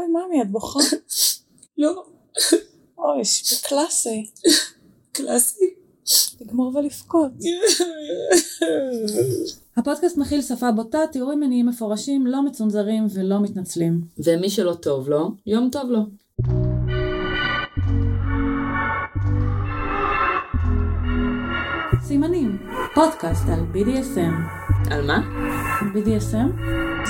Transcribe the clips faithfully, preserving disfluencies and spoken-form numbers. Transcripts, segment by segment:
ממי, את בוכה? לא. אוי, קלאסי. קלאסי. לגמור ולפקוד. הפודקאסט מכיל שפה בוטה, תיאורים מיניים מפורשים, לא מצונזרים ולא מתנצלים. ומי שלא טוב לו, יום טוב לו. סימנים, פודקאסט על בי די אס אם. על מה? בי די אס אם?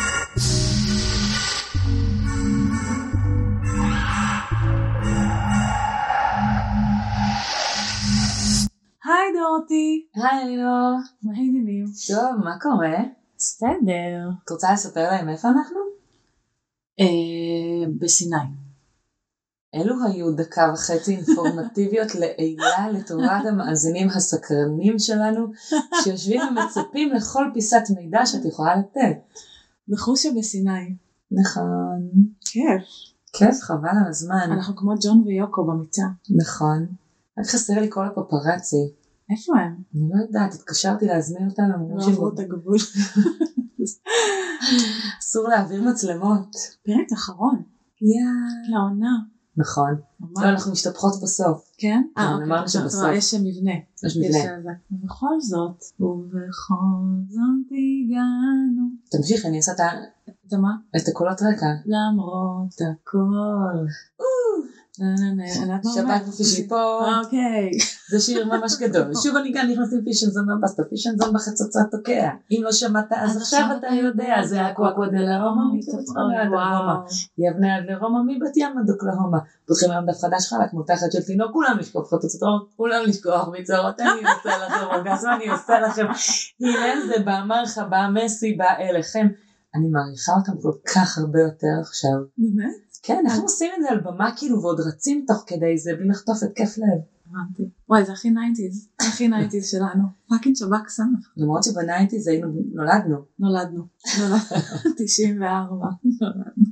היי דורתי. היי אלינור. מה העניינים? טוב, מה קורה? בסדר. את רוצה לספר להם איפה אנחנו? אה, בסיני. אלו היו דקה וחצי אינפורמטיביות לעילה לטובת המאזינים הסקרנים שלנו, שיושבים ומצפים לכל פיסת מידע שאת יכולה לתת. בחוש שבסיני. נכון. כיף. כיף, חבל על הזמן. אנחנו כמו ג'ון ויוקו במיטה. נכון. רק חסר לי כל הפפרצי. איפה הם? אני לא יודעת, התקשרתי להזמין אותם. לא עברו את הגבול. אסור להעביר מצלמות. פרק אחרון. יאה. לעונה. נכון. לא, אנחנו משתפחות בסוף. כן? אה, אמרנו שבסוף. יש מבנה. יש מבנה. ובכל זאת, ובכל זאת הגענו. תמשיך, אני אעשה את מה? את הקולות רקע. למרות הכל. שבת ופישי פה. אוקיי. זה שיר ממש גדול. שוב אני כאן נכנסים פישנזון בבסטה, פישנזון בחצוצה תוקע. אם לא שמעת אז עכשיו אתה יודע, זה הקוואקווה דלרומה מתפצריה יבנה עד לרומה מבת ים עד אוקלהומה. פותחים היום דף חדש חלק מותחת של תינוק, כולם לשכוח חצוצות, כולם לשכוח מצרות, אני עושה לכם אורגזמה, אני עושה לכם. הנה זה בא מרחבה, מסי בא אליכם. אני מעריכה אותם כל כך הרבה יותר עכשיו. באמת? כן, אנחנו עושים את זה על במה כאילו ועוד רצים תוך כדי זה בלי לחטוף את כיף לב. הבנתי. וואי, זה הכי ניינטיז, הכי ניינטיז שלנו. פאקינג שבק סמך. למרות שבניינטיז היינו, נולדנו. נולדנו. תשעים וארבע. נולדנו.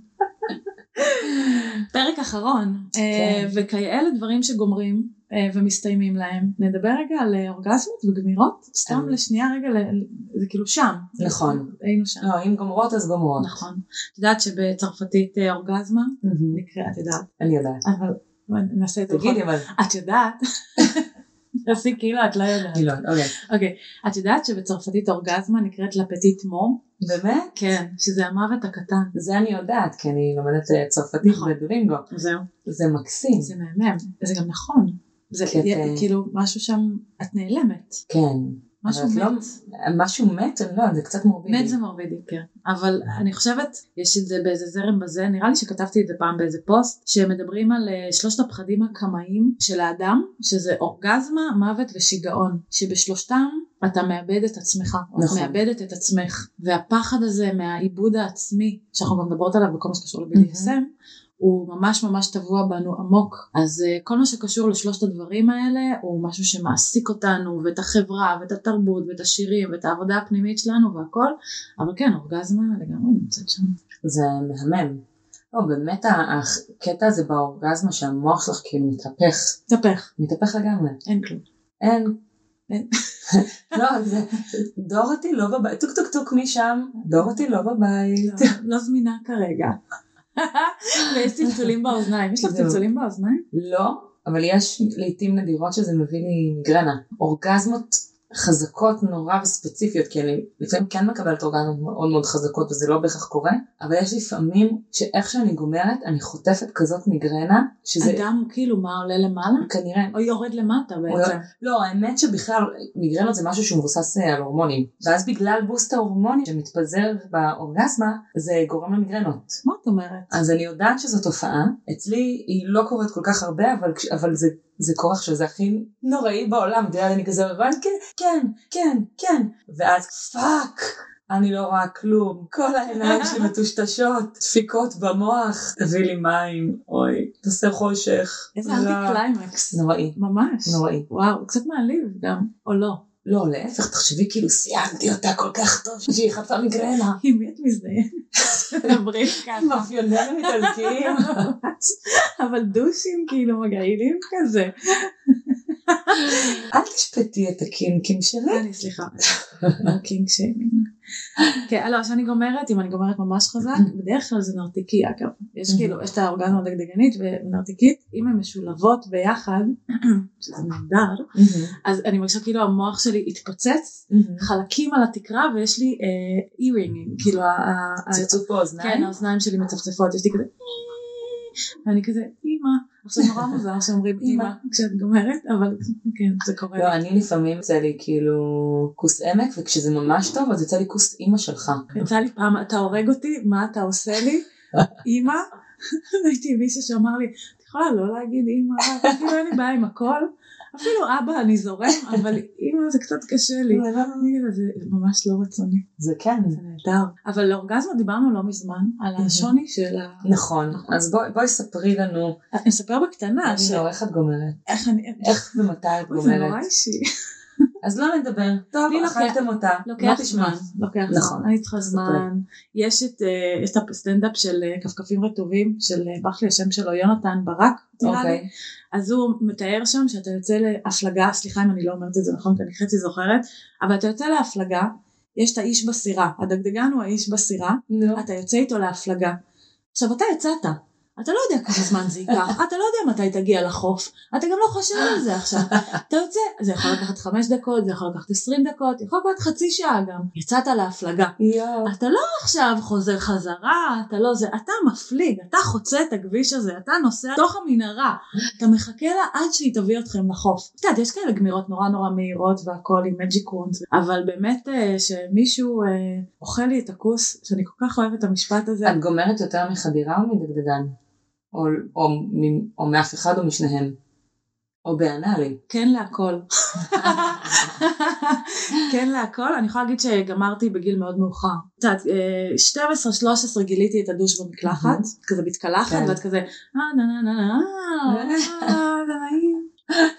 פרק אחרון, וכאלה דברים שגומרים ומסתיימים להם. נדבר רגע על אורגזמות וגמירות, סתם לשנייה רגע, זה כאילו שם. נכון. היינו שם. לא, אם גומרות אז גומרות. נכון. את יודעת שבצרפתית אורגזמה נקרא, את יודעת. אני יודעת. אבל נעשה את זה. תגידי אבל. את יודעת. תעשי כאילו את לא יודעת. אני לא יודעת, אוקיי. אוקיי. את יודעת שבצרפתית אורגזמה נקראת לפטיט מו? באמת? כן, שזה המוות הקטן. זה אני יודעת, כי אני לומדת צרפתית בדולינגו. זהו. זה מקסים. זה מהמם. זה גם נכון. זה כאילו משהו שם, את נעלמת. כן. משהו מת. משהו מת, לא, זה קצת מורבידי. מת זה מורבידי, כן. אבל אני חושבת, יש את זה באיזה זרם בזה, נראה לי שכתבתי את זה פעם באיזה פוסט, שמדברים על שלושת הפחדים הקמאיים של האדם, שזה אורגזמה, מוות ושיגעון, שבשלושתם אתה מאבד את עצמך, או את מאבדת את עצמך, והפחד הזה מהעיבוד העצמי, שאנחנו גם מדברות עליו בכל מה שקשור ל-בי די אס אם, הוא ממש ממש טבוע בנו עמוק. אז uh, כל מה שקשור לשלושת הדברים האלה הוא משהו שמעסיק אותנו ואת החברה ואת התרבות ואת השירים ואת העבודה הפנימית שלנו והכל, אבל כן, אורגזמה לגמרי נמצאת שם. זה מהמם. לא, באמת הקטע הזה באורגזמה שהמוח שלך כאילו מתהפך. מתהפך. מתהפך לגמרי. אין כלום. אין. אין. לא, זה דורתי לא בבית, טוק טוק טוק משם, דורתי לא בבית. לא זמינה כרגע. ויש צלצולים באוזניים. יש לך צלצולים באוזניים? לא, אבל יש לעתים נדירות שזה מביא לי מיגרנה. אורגזמות חזקות נורא וספציפיות, כי אני לפעמים כן מקבלת אורגזמות מאוד מאוד חזקות וזה לא בהכרח קורה, אבל יש לפעמים שאיך שאני גומרת אני חוטפת כזאת מיגרנה שזה... אדם כאילו מה עולה למעלה? כנראה. או יורד למטה בעצם. לא, האמת שבכלל מיגרנות זה משהו שהוא מבוסס על הורמונים, ואז בגלל בוסט ההורמונים שמתפזר באורגזמה זה גורם למיגרנות. מה את אומרת? אז אני יודעת שזו תופעה, אצלי היא לא קורית כל כך הרבה, אבל, אבל זה... זה כורח שזה הכי נוראי בעולם, אני כזה רן, כן, כן, כן, כן, ואז פאק, אני לא רואה כלום, כל העיניים שלי מטושטשות, דפיקות במוח, תביא לי מים, אוי, תעשה חושך. איזה אנטי קליימקס. נוראי. ממש. נוראי. וואו, קצת מעליב גם, או לא? לא, להפך, תחשבי כאילו סיימתי אותה כל כך טוב, שהיא חטפה מיגרנה. עם מי את מזדהה? מדברים ככה. מאפיונרים איטלקיים. אבל דושים כאילו מגעילים כזה. אל תשפטי את הקינקים שלי. אני סליחה. קינק שיימינג. כן, לא, שאני גומרת, אם אני גומרת ממש חזק, בדרך כלל זה נרתיקי, אגב. יש כאילו, יש את האורגזמה הדגדגנית ונרתיקית, אם הן משולבות ביחד, שזה נהדר, אז אני מרגישה כאילו המוח שלי התפוצץ, חלקים על התקרה, ויש לי אי-רינגים, כאילו, צפצוף באוזניים? כן, האוזניים שלי מצפצפות, יש לי כזה, ואני כזה, אמא, עכשיו נורא מוזר שאומרים אמא כשאת גומרת, אבל כן, זה קורה. לא, אני לפעמים יוצא לי כאילו כוס עמק, וכשזה ממש טוב, אז יוצא לי כוס אמא שלך. יצא לי פעם, אתה הורג אותי, מה אתה עושה לי? אמא? הייתי מישהו שאמר לי, את יכולה לא להגיד אמא, כאילו אין לי בעיה עם הכל, אפילו אבא אני זורם, אבל אמא זה קצת קשה לי, זה ממש לא רצוני. זה כן. זה נהדר. אבל לאורגזמה דיברנו לא מזמן, על השוני של ה... נכון, אז בואי ספרי לנו. אני אספר בקטנה. אני לא, איך את גומרת? איך אני... איך ומתי את גומרת? זה נורא אישי. אז לא נדבר, טוב, אכלתם אותה. לוקח זמן, לוקח זמן, אני צריכה זמן. יש את הסטנדאפ של כפכפים רטובים, של ברח לי השם שלו, יונתן ברק, אוקיי. אז הוא מתאר שם שאתה יוצא להפלגה, סליחה אם אני לא אומרת את זה נכון, כי אני חצי זוכרת, אבל אתה יוצא להפלגה, יש את האיש בסירה, הדגדגן הוא האיש בסירה, אתה יוצא איתו להפלגה. עכשיו אתה יצאת, אתה לא יודע כמה זמן זה ייקח, אתה לא יודע מתי תגיע לחוף, אתה גם לא חושב על זה עכשיו, אתה יוצא, זה יכול לקחת חמש דקות, זה יכול לקחת עשרים דקות, יכול לקחת חצי שעה גם, יצאת להפלגה, אתה לא עכשיו חוזר חזרה, אתה לא זה, אתה מפליג, אתה חוצה את הכביש הזה, אתה נוסע תוך המנהרה, אתה מחכה לה עד שהיא תביא אתכם לחוף, אתה יודע, יש כאלה גמירות נורא נורא מהירות והכל עם מג'יק וונס, אבל באמת שמישהו אוכל לי את הכוס, שאני כל כך אוהבת את המשפט הזה. את גומרת יותר מחדירה או מדגדגן? או, או, או מאף אחד או משניהם, או באנאלי. כן להכל. כן להכל, אני יכולה להגיד שגמרתי בגיל מאוד מאוחר. שתים עשרה שלוש עשרה גיליתי את הדוש במקלחת, כזה מתקלחת, ואת כזה, אה נה נה נה נה, זה נעים.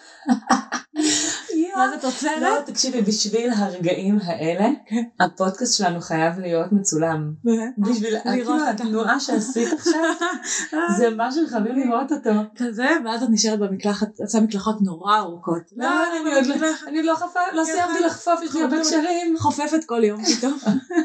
מה זה תוצרת? לא, תקשיבי, בשביל הרגעים האלה, הפודקאסט שלנו חייב להיות מצולם. בשביל התנועה שעשית עכשיו, זה משהו שחייבים לראות אותו. כזה, ואז את נשארת במקלחת, עשה מקלחות נורא ארוכות. לא, אני לא סיימתי לחפוף, יש לי הרבה קשרים. חופפת כל יום פתאום.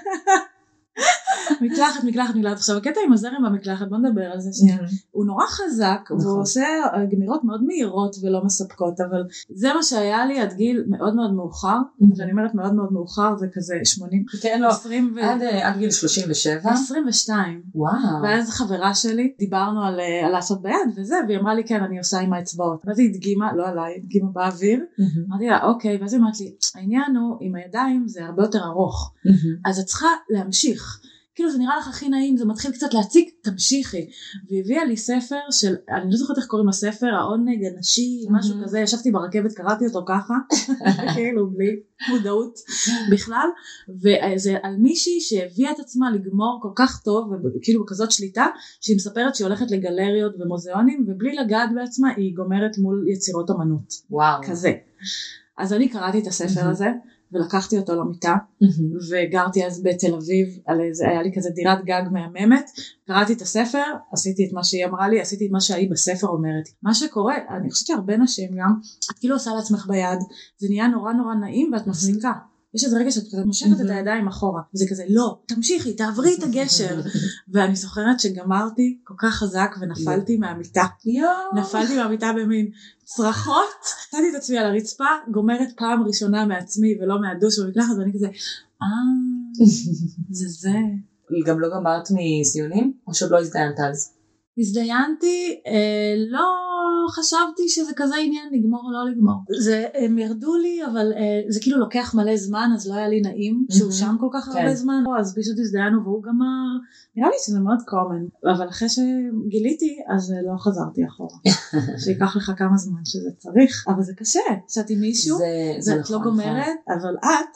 מקלחת, מקלחת, מקלחת. עכשיו, הקטע עם הזרם במקלחת, בוא נדבר על זה שנייה. הוא נורא חזק, והוא עושה גמירות מאוד מהירות ולא מספקות, אבל זה מה שהיה לי עד גיל מאוד מאוד מאוחר, ואני אומרת מאוד מאוד מאוחר, זה כזה שמונים, עשרים עד גיל שלושים ושבע? עשרים ושתיים. וואו. ואז חברה שלי, דיברנו על לעשות ביד וזה, והיא אמרה לי, כן, אני עושה עם האצבעות. ואז היא הדגימה, לא עליי, הדגימה באוויר. אמרתי לה, אוקיי, ואז היא אמרת לי, העניין הוא, עם הידיים זה הרבה יותר ארוך. אז את צריכה להמשיך. כאילו זה נראה לך הכי נעים, זה מתחיל קצת להציג, תמשיכי. והביאה לי ספר של, אני לא זוכרת איך קוראים לספר, העונג הנשי, משהו כזה, ישבתי ברכבת, קראתי אותו ככה, כאילו בלי מודעות בכלל, וזה על מישהי שהביאה את עצמה לגמור כל כך טוב, וכאילו בכזאת שליטה, שהיא מספרת שהיא הולכת לגלריות ומוזיאונים, ובלי לגעת בעצמה, היא גומרת מול יצירות אמנות. וואו. כזה. אז אני קראתי את הספר הזה, ולקחתי אותו למיטה, וגרתי אז בתל אביב, זה היה לי כזה דירת גג מהממת, קראתי את הספר, עשיתי את מה שהיא אמרה לי, עשיתי את מה שהיא בספר אומרת. מה שקורה, אני חושבת שהרבה נשים גם, את כאילו עושה לעצמך ביד, זה נהיה נורא נורא נעים, ואת מפסיקה. יש איזה רגע שאת מושכת את הידיים אחורה, וזה כזה, לא, תמשיכי, תעברי את הגשר. ואני זוכרת שגמרתי כל כך חזק, ונפלתי מהמיטה. נפלתי מהמיטה במין צרחות, נתתי את עצמי על הרצפה, גומרת פעם ראשונה מעצמי, ולא מהדוש במקלחת, ואני כזה, אה, זה זה. גם לא גמרת מסיונים, או שעוד לא הזדיינת אז? הזדיינתי, אה, לא חשבתי שזה כזה עניין לגמור או לא לגמור. זה, הם ירדו לי, אבל אה, זה כאילו לוקח מלא זמן, אז לא היה לי נעים, שהוא שם כל כך הרבה זמן, אז פשוט הזדיינו והוא גמר, נראה לי שזה מאוד common, אבל אחרי שגיליתי, אז לא חזרתי אחורה. שיקח לך כמה זמן שזה צריך, אבל זה קשה, שאת עם מישהו, ואת לא גומרת, אבל את,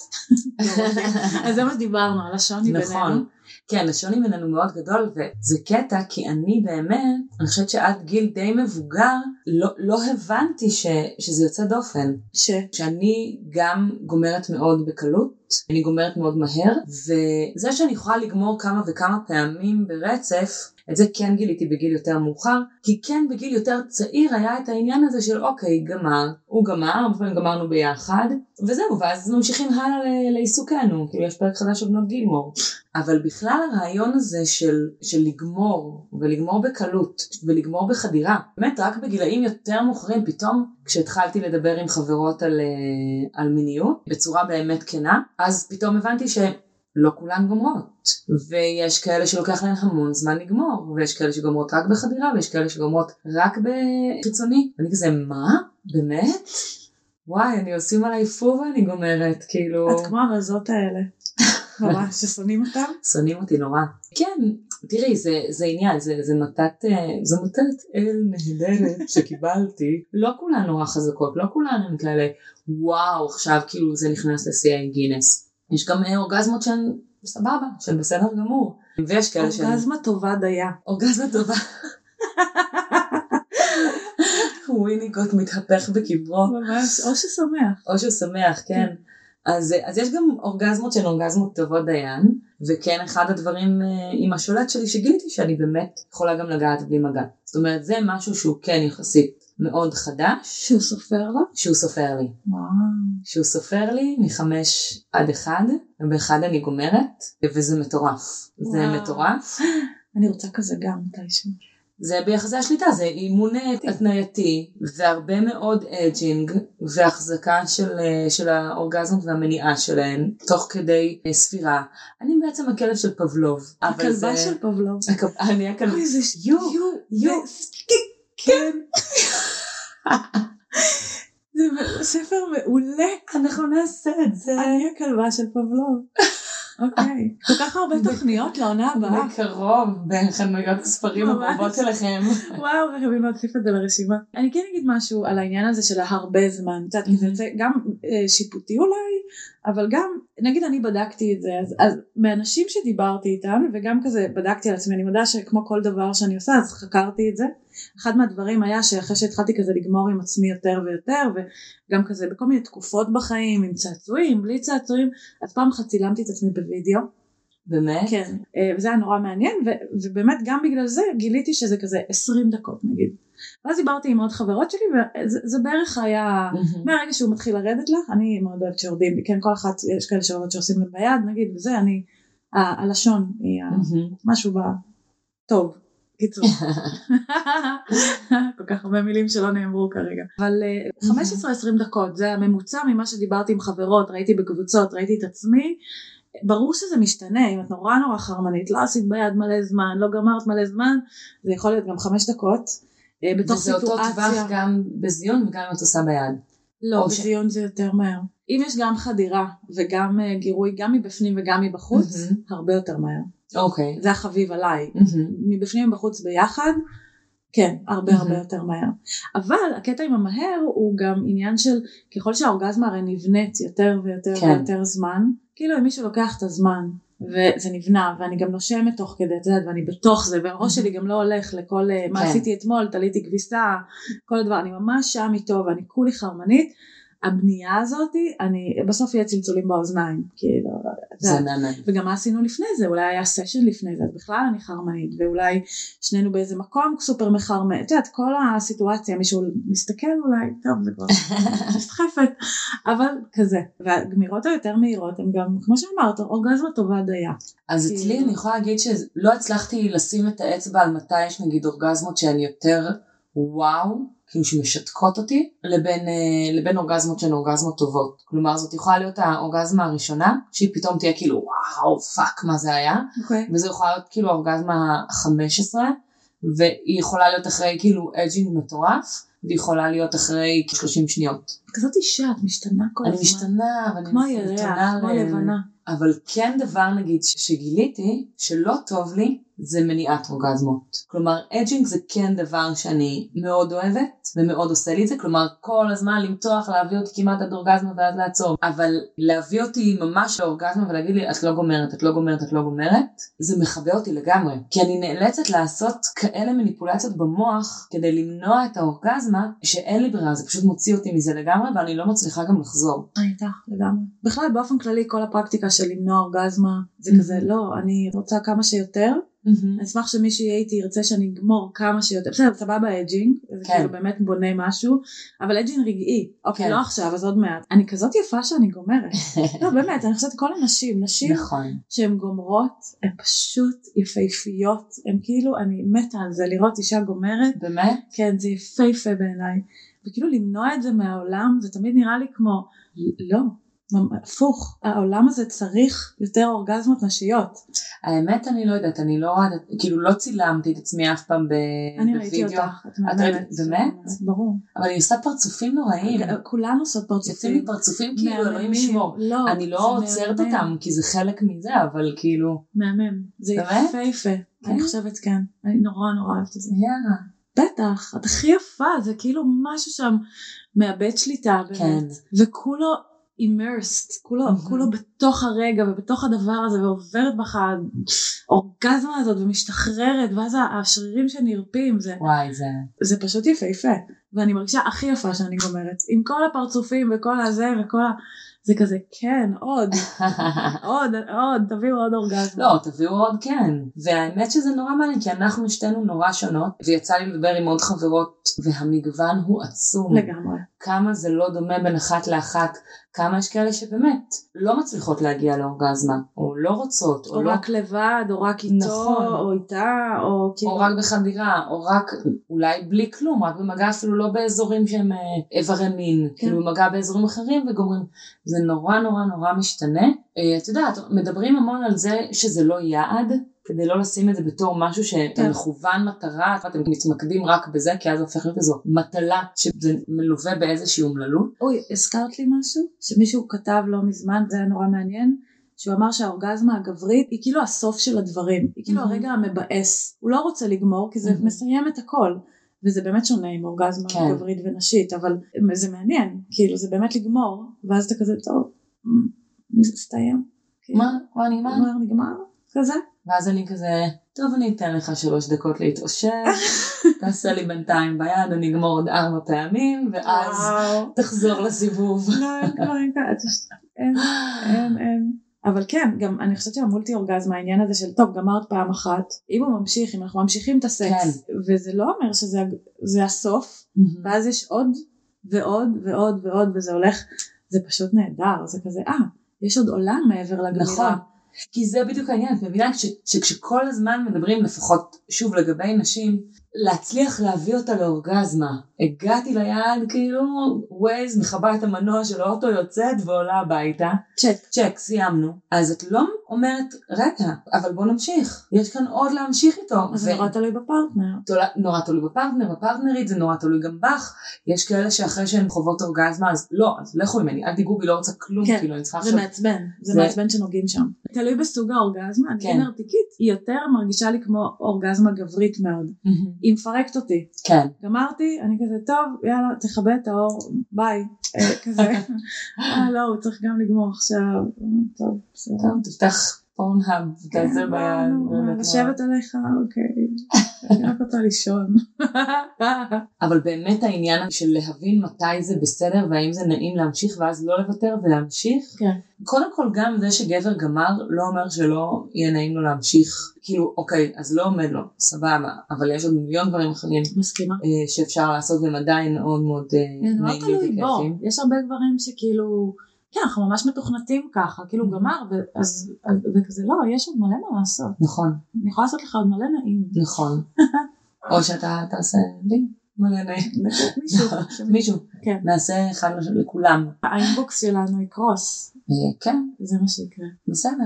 אז זה מה שדיברנו, על השוני בינינו. כן, השוני בינינו מאוד גדול, וזה קטע, כי אני באמת, אני חושבת שעד גיל די מבוגר, לא, לא הבנתי ש, שזה יוצא דופן. ש? שאני גם גומרת מאוד בקלות, אני גומרת מאוד מהר, וזה שאני יכולה לגמור כמה וכמה פעמים ברצף, את זה כן גיליתי בגיל יותר מאוחר, כי כן בגיל יותר צעיר היה את העניין הזה של אוקיי, גמר, הוא גמר, לפעמים גמרנו ביחד, וזהו, ואז ממשיכים הלאה לעיסוקנו, כאילו יש פרק חדש של בנות גילמור. אבל בכלל הרעיון הזה של, של לגמור, ולגמור בקלות, ולגמור בחדירה, באמת רק בגילאים יותר מאוחרים, פתאום כשהתחלתי לדבר עם חברות על, על מיניות, בצורה באמת כנה, אז פתאום הבנתי ש... לא כולן גומרות, ויש כאלה שלוקח להן המון זמן לגמור, ויש כאלה שגומרות רק בחדירה, ויש כאלה שגומרות רק בחיצוני, ואני כזה, מה? באמת? וואי, אני עושים עליי פו ואני גומרת, כאילו... את כמו הרזות האלה, ממש, ששונאים אותם? שונאים אותי נורא. כן, תראי, זה, זה עניין, זה, זה מתת, זה מתת אל נהדרת שקיבלתי, לא כולן נורא חזקות, לא כולן הן כאלה, וואו, עכשיו כאילו זה נכנס לשיאי גינס. יש גם אורגזמות שהן סבבה, שהן בסדר גמור. ויש כאלה שהן... אורגזמה טובה דייה. אורגזמה טובה. וויניקוט מתהפך בקברו. ממש, או ששמח. או ששמח, כן. אז, אז יש גם אורגזמות שהן אורגזמות טובות דיין, וכן אחד הדברים עם השולט שלי שגיליתי שאני באמת יכולה גם לגעת בלי מגע. זאת אומרת, זה משהו שהוא כן יחסית. מאוד חדש. שהוא סופר לה? שהוא סופר לי. וואו. שהוא סופר לי מחמש עד אחד, ובאחד אני גומרת, וזה מטורף. וואו. זה מטורף. אני רוצה כזה גם מתישהו. זה ביחסי השליטה, זה אימון התנייתי, והרבה מאוד אג'ינג, והחזקה של, של האורגזמות והמניעה שלהן, תוך כדי ספירה. אני בעצם הכלב של פבלוב. הכלבה זה... של פבלוב. אני הכלבה. אוי, זה יו, יו, יו. כן. זה ספר מעולה. אנחנו נעשה את זה. אני הכלבה של פבלוב. אוקיי. כל כך הרבה תוכניות לעונה הבאה. בקרוב, בחנויות הספרים הקרובות אליכם. וואו, חייבים להוסיף את זה לרשימה. אני כן אגיד משהו על העניין הזה של הרבה זמן. כי זה גם שיפוטי אולי, אבל גם, נגיד אני בדקתי את זה, אז מאנשים שדיברתי איתם, וגם כזה בדקתי על עצמי, אני מודה שכמו כל דבר שאני עושה, אז חקרתי את זה. אחד מהדברים היה שאחרי שהתחלתי כזה לגמור עם עצמי יותר ויותר, וגם כזה בכל מיני תקופות בחיים, עם צעצועים, בלי צעצועים, אז פעם אחת צילמתי את עצמי בווידאו. באמת? כן, וזה היה נורא מעניין, ו- ובאמת גם בגלל זה גיליתי שזה כזה עשרים דקות נגיד. ואז דיברתי עם עוד חברות שלי, וזה בערך היה, mm-hmm. מהרגע שהוא מתחיל לרדת לך, אני מאוד אוהבת שיורדים, כן, כל אחת, יש כאלה שאוהבות שעושים להם ביד, נגיד, וזה, אני, ה- הלשון היא mm-hmm. משהו בה טוב. קיצור. כל כך הרבה מילים שלא נאמרו כרגע. אבל חמש עשרה עשרים דקות, זה הממוצע ממה שדיברתי עם חברות, ראיתי בקבוצות, ראיתי את עצמי. ברור שזה משתנה, אם את נורא נורא חרמנית, לא עשית ביד מלא זמן, לא גמרת מלא זמן, זה יכול להיות גם חמש דקות. בתוך סיטואציה. וזה אותו טווח גם בזיון וגם אם את עושה ביד. לא, בזיון זה יותר מהר. אם יש גם חדירה וגם גירוי, גם מבפנים וגם מבחוץ, הרבה יותר מהר. אוקיי. זה החביב עליי. מבפנים ובחוץ ביחד, כן, הרבה הרבה יותר מהר. אבל הקטע עם המהר הוא גם עניין של, ככל שהאורגזמה הרי נבנית יותר ויותר ויותר זמן, כאילו אם מישהו לוקח את הזמן, וזה נבנה, ואני גם נושמת תוך כדי, את יודעת, ואני בתוך זה, והראש שלי גם לא הולך לכל, מה עשיתי אתמול, תליתי כביסה, כל הדבר, אני ממש שם איתו, ואני כולי חרמנית, הבנייה הזאת, אני, בסוף יהיה צלצולים באוזניים, כאילו, זה נענה. וגם מה עשינו לפני זה, אולי היה סשן לפני זה, אז בכלל אני חרמנית, ואולי שנינו באיזה מקום סופר מחרמנית, את יודעת, כל הסיטואציה, מישהו מסתכל אולי, טוב, זה כבר מסתחפת, אבל כזה, והגמירות היותר מהירות, הן גם, כמו שאמרת, אורגזמה טובה דייה. אז אצלי אני יכולה להגיד שלא הצלחתי לשים את האצבע על מתי יש נגיד אורגזמות שהן יותר וואו, כאילו שמשתקות אותי, לבין, לבין אורגזמות שהן אורגזמות טובות. כלומר, זאת יכולה להיות האורגזמה הראשונה, שהיא פתאום תהיה כאילו, וואו, פאק, מה זה היה? Okay. וזה יכולה להיות כאילו האורגזמה ה-חמש עשרה, והיא יכולה להיות אחרי כאילו אג'ינג מטורף, והיא יכולה להיות אחרי שלושים שניות. כזאת אישה, את משתנה כל הזמן. אני משתנה, ואני כמו ירח, כמו לבנה. אבל כן דבר נגיד שגיליתי, שלא טוב לי, זה מניעת אורגזמות. כלומר, אג'ינג זה כן דבר שאני מאוד אוהבת, ומאוד עושה לי את זה, כלומר, כל הזמן למתוח, להביא אותי כמעט עד אורגזמה ואז לעצור. אבל להביא אותי ממש לאורגזמה ולהגיד לי, את לא גומרת, את לא גומרת, את לא גומרת, זה מחווה אותי לגמרי. כי אני נאלצת לעשות כאלה מניפולציות במוח, כדי למנוע את האורגזמה, שאין לי ברירה, זה פשוט מוציא אותי מזה לגמרי, ואני לא מצליחה גם לחזור. אני איתך לגמרי. בכלל, באופן כללי, כל הפרקטיקה של למנוע אורגזמה, זה כזה, לא, אני רוצה כמה שיותר, אני אשמח שמישהו יהיה איתי, ירצה שאני אגמור כמה שיותר, בסדר, סבבה אג'ינג, זה כאילו באמת בונה משהו, אבל אג'ינג רגעי, אוקיי, לא עכשיו, אז עוד מעט. אני כזאת יפה שאני גומרת. לא, באמת, אני חושבת כל הנשים, נשים שהן גומרות, הן פשוט יפהפיות, הן כאילו, אני מתה על זה, לראות אישה גומרת. באמת? כן, זה יפהפה בעיניי. וכאילו למנוע את זה מהעולם, זה תמיד נראה לי כמו, לא. הפוך, העולם הזה צריך יותר אורגזמות נשיות. האמת אני לא יודעת, אני לא כאילו לא צילמתי את עצמי אף פעם בווידאו. אני ראיתי אותך, את מאמנת. באמת? ברור. אבל אני עושה פרצופים נוראים. כולנו עושות פרצופים. יוצאים לי פרצופים כאילו, אלוהים ישמור. אני לא עוצרת אותם, כי זה חלק מזה, אבל כאילו. מהמם. זה יפה יפה. אני חושבת כן. אני נורא נורא אוהבת את זה. יאללה. בטח, את הכי יפה, זה כאילו משהו שם מאבד שליטה באמת. וכולו immersed, כולו, mm-hmm. כולו בתוך הרגע ובתוך הדבר הזה, ועוברת בך האורגזמה הזאת ומשתחררת, ואז השרירים שנרפים, זה, וואי, זה... זה פשוט יפה יפה, ואני מרגישה הכי יפה שאני גומרת, עם כל הפרצופים וכל הזה וכל ה... זה כזה, כן, עוד, עוד, עוד, תביאו עוד אורגזמה. לא, תביאו עוד, כן. והאמת שזה נורא מעניין, כי אנחנו שתינו נורא שונות, ויצא לי לדבר עם עוד חברות, והמגוון הוא עצום. לגמרי. כמה זה לא דומה בין אחת לאחת, כמה יש כאלה שבאמת לא מצליחות להגיע לאורגזמה, או לא רוצות, או, או או לא... רק לבד, או רק איתו, נכון. או איתה, או כאילו... או רק בחדירה, או רק אולי בלי כלום, רק במגע אפילו לא באזורים שהם איברי מין, כן. כאילו במגע באזורים אחרים וגומרים, זה נורא נורא נורא משתנה. את יודעת, מדברים המון על זה שזה לא יעד, כדי לא לשים את זה בתור משהו שמכוון מטרה, אתם מתמקדים רק בזה, כי אז הופך להיות איזו מטלה שזה מלווה באיזושהי אומללות. אוי, הזכרת לי משהו שמישהו כתב לא מזמן, זה היה נורא מעניין, שהוא אמר שהאורגזמה הגברית היא כאילו הסוף של הדברים, היא כאילו הרגע המבאס, הוא לא רוצה לגמור כי זה מסיים את הכל, וזה באמת שונה עם אורגזמה גברית ונשית, אבל זה מעניין, כאילו זה באמת לגמור, ואז אתה כזה טוב, זה סתיים. מה? כבר נגמר? נגמר, נגמר, כזה. ואז אני כזה, טוב אני אתן לך שלוש דקות להתאושש, תעשה לי בינתיים ביד, אני אגמור עוד ארבע פעמים, ואז תחזור לסיבוב. לא, אין כבר אין כאלה, אין, אין, אין. אבל כן, גם אני חושבת שהמולטי אורגזמה, העניין הזה של טוב, גמרת פעם אחת, אם הוא ממשיך, אם אנחנו ממשיכים את הסקס, וזה לא אומר שזה הסוף, ואז יש עוד ועוד ועוד ועוד, וזה הולך, זה פשוט נהדר, זה כזה, אה, יש עוד עולם מעבר לגמירה. נכון. כי זה בדיוק העניין, את מבינה שכשכל הזמן מדברים לפחות שוב לגבי נשים, להצליח להביא אותה לאורגזמה. הגעתי ליעד כאילו ווייז מחבה את המנוע של האוטו יוצאת ועולה הביתה. צ'ק. צ'ק, סיימנו. אז את לא אומרת, רגע, אבל בוא נמשיך. יש כאן עוד להמשיך איתו. זה נורא תלוי בפרטנר. נורא תלוי בפרטנר, בפרטנרית זה נורא תלוי גם בך. יש כאלה שאחרי שהן חוות אורגזמה, אז לא, אז לכו ממני, אל תיגעו בי, לא רוצה כלום. כן, כאילו, אני צריכה זה עכשיו... מעצבן, זה, זה מעצבן שנוגעים שם. תלוי בסוג האורגזמה, אני כן. נרתיקית, היא יותר מרגישה לי כמו אורגזמה גברית מאוד. היא מפרקת אותי. כן. גמרתי, אני כזה, טוב, יאללה, תכבד את האור, ביי. כזה. אה, לא, הוא צריך גם לגמור עכשיו. טוב, בסדר. טוב, תפתח פורנהאב, תעשה ביד. לשבת עליך, אוקיי. אני רק רוצה לישון. אבל באמת העניין של להבין מתי זה בסדר, והאם זה נעים להמשיך, ואז לא לוותר ולהמשיך. כן. קודם כל גם זה שגבר גמר, לא אומר שלא יהיה נעים לו להמשיך. כאילו, אוקיי, אז לא עומד לו, סבבה, אבל יש עוד מיליון דברים אחרים. מסכימה. שאפשר לעשות, והם עדיין מאוד מאוד נעימים וכיפים. יש הרבה דברים שכאילו... כן, אנחנו ממש מתוכנתים ככה, כאילו גמר, ואז, וכזה לא, יש עוד מלא מה לעשות. נכון. אני יכולה לעשות לך עוד מלא נעים. נכון. או שאתה תעשה לי מלא נעים. מישהו. מישהו. כן. נעשה אחד לכולם. האינבוקס שלנו יקרוס. כן. זה מה שיקרה. בסדר.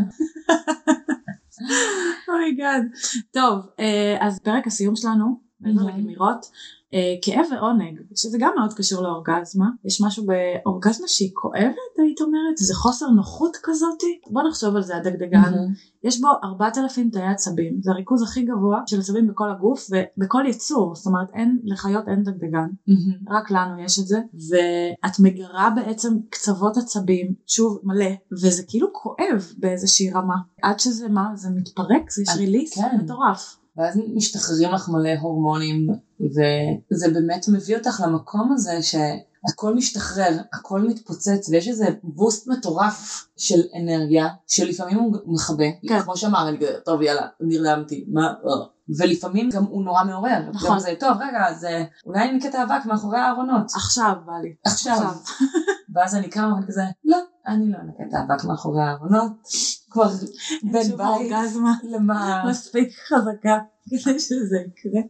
אוי גאד. טוב, אז פרק הסיום שלנו, מעבר לגמירות, כאב ועונג, שזה גם מאוד קשור לאורגזמה. יש משהו באורגזמה שהיא כואבת, היית אומרת, זה חוסר נוחות כזאת. בוא נחשוב על זה, הדגדגן. יש בו ארבעת אלפים תאי עצבים, זה הריכוז הכי גבוה של עצבים בכל הגוף ובכל יצור, זאת אומרת אין לחיות אין דגדגן, רק לנו יש את זה, ואת מגרה בעצם קצוות עצבים, שוב מלא, וזה כאילו כואב באיזושהי רמה, עד שזה מה, זה מתפרק, זה יש ריליס מטורף. ואז משתחררים לך מלא הורמונים, וזה באמת מביא אותך למקום הזה שהכל משתחרר, הכל מתפוצץ, ויש איזה בוסט מטורף של אנרגיה, שלפעמים הוא מכבה, כן. כמו שאמר, אני כזה, טוב יאללה, נרדמתי, מה, ולפעמים גם הוא נורא מעורר, נכון. גם זה, טוב רגע, זה, אולי אני נקט האבק מאחורי הארונות. עכשיו בא לי. עכשיו. עכשיו. ואז אני קמה ואני כזה, לא, אני לא נקט האבק מאחורי הארונות, כבר בן בית, למה... מספיק חזקה, כדי שזה יקרה.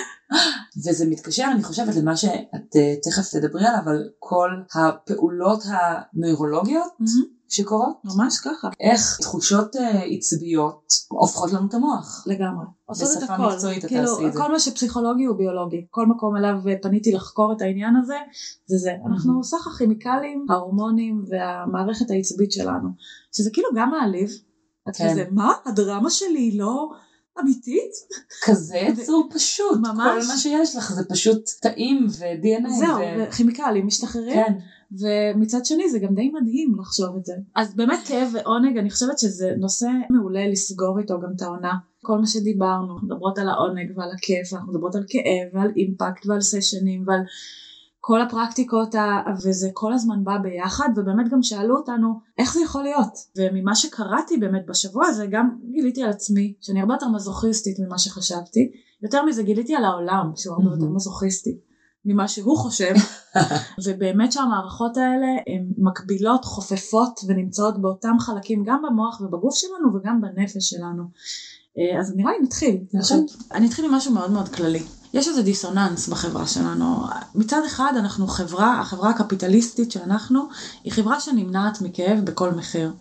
וזה מתקשר, אני חושבת, למה שאת תכף תדברי עליו, אבל כל הפעולות הנוירולוגיות שקורות. ממש ככה. איך תחושות עצביות הופכות לנו את המוח. לגמרי. עושות את הכל. כאילו, כל מה שפסיכולוגי הוא ביולוגי. כל מקום אליו פניתי לחקור את העניין הזה, זה זה. אנחנו סך הכימיקלים, ההורמונים והמערכת העצבית שלנו. שזה כאילו גם מעליב. את כזה, מה? הדרמה שלי היא לא... אמיתית? כזה יצור פשוט, ממש. כל מה שיש לך זה פשוט טעים ו-די אן איי. זהו, ו... וכימיקלים משתחררים, כן. ומצד שני זה גם די מדהים לחשוב את זה. אז באמת כאב ועונג, אני חושבת שזה נושא מעולה לסגור איתו גם את העונה. כל מה שדיברנו, אנחנו מדברות על העונג ועל הכיף, אנחנו מדברות על כאב ועל אימפקט ועל סשנים ועל כל הפרקטיקות, וזה כל הזמן בא ביחד, ובאמת גם שאלו אותנו איך זה יכול להיות, וממה שקראתי באמת בשבוע הזה, גם גיליתי על עצמי, שאני הרבה יותר מזוכיסטית ממה שחשבתי, יותר מזה גיליתי על העולם, שהוא הרבה יותר מזוכיסטי, ממה שהוא חושב, ובאמת שהמערכות האלה הן מקבילות, חופפות, ונמצאות באותם חלקים, גם במוח ובגוף שלנו, וגם בנפש שלנו. אז נראה לי נתחיל. אני אתחיל עם משהו מאוד מאוד כללי. יש איזה דיסוננס בחברה שלנו. מצד אחד אנחנו חברה, החברה הקפיטליסטית שאנחנו, היא חברה שנמנעת מכאב בכל מחיר.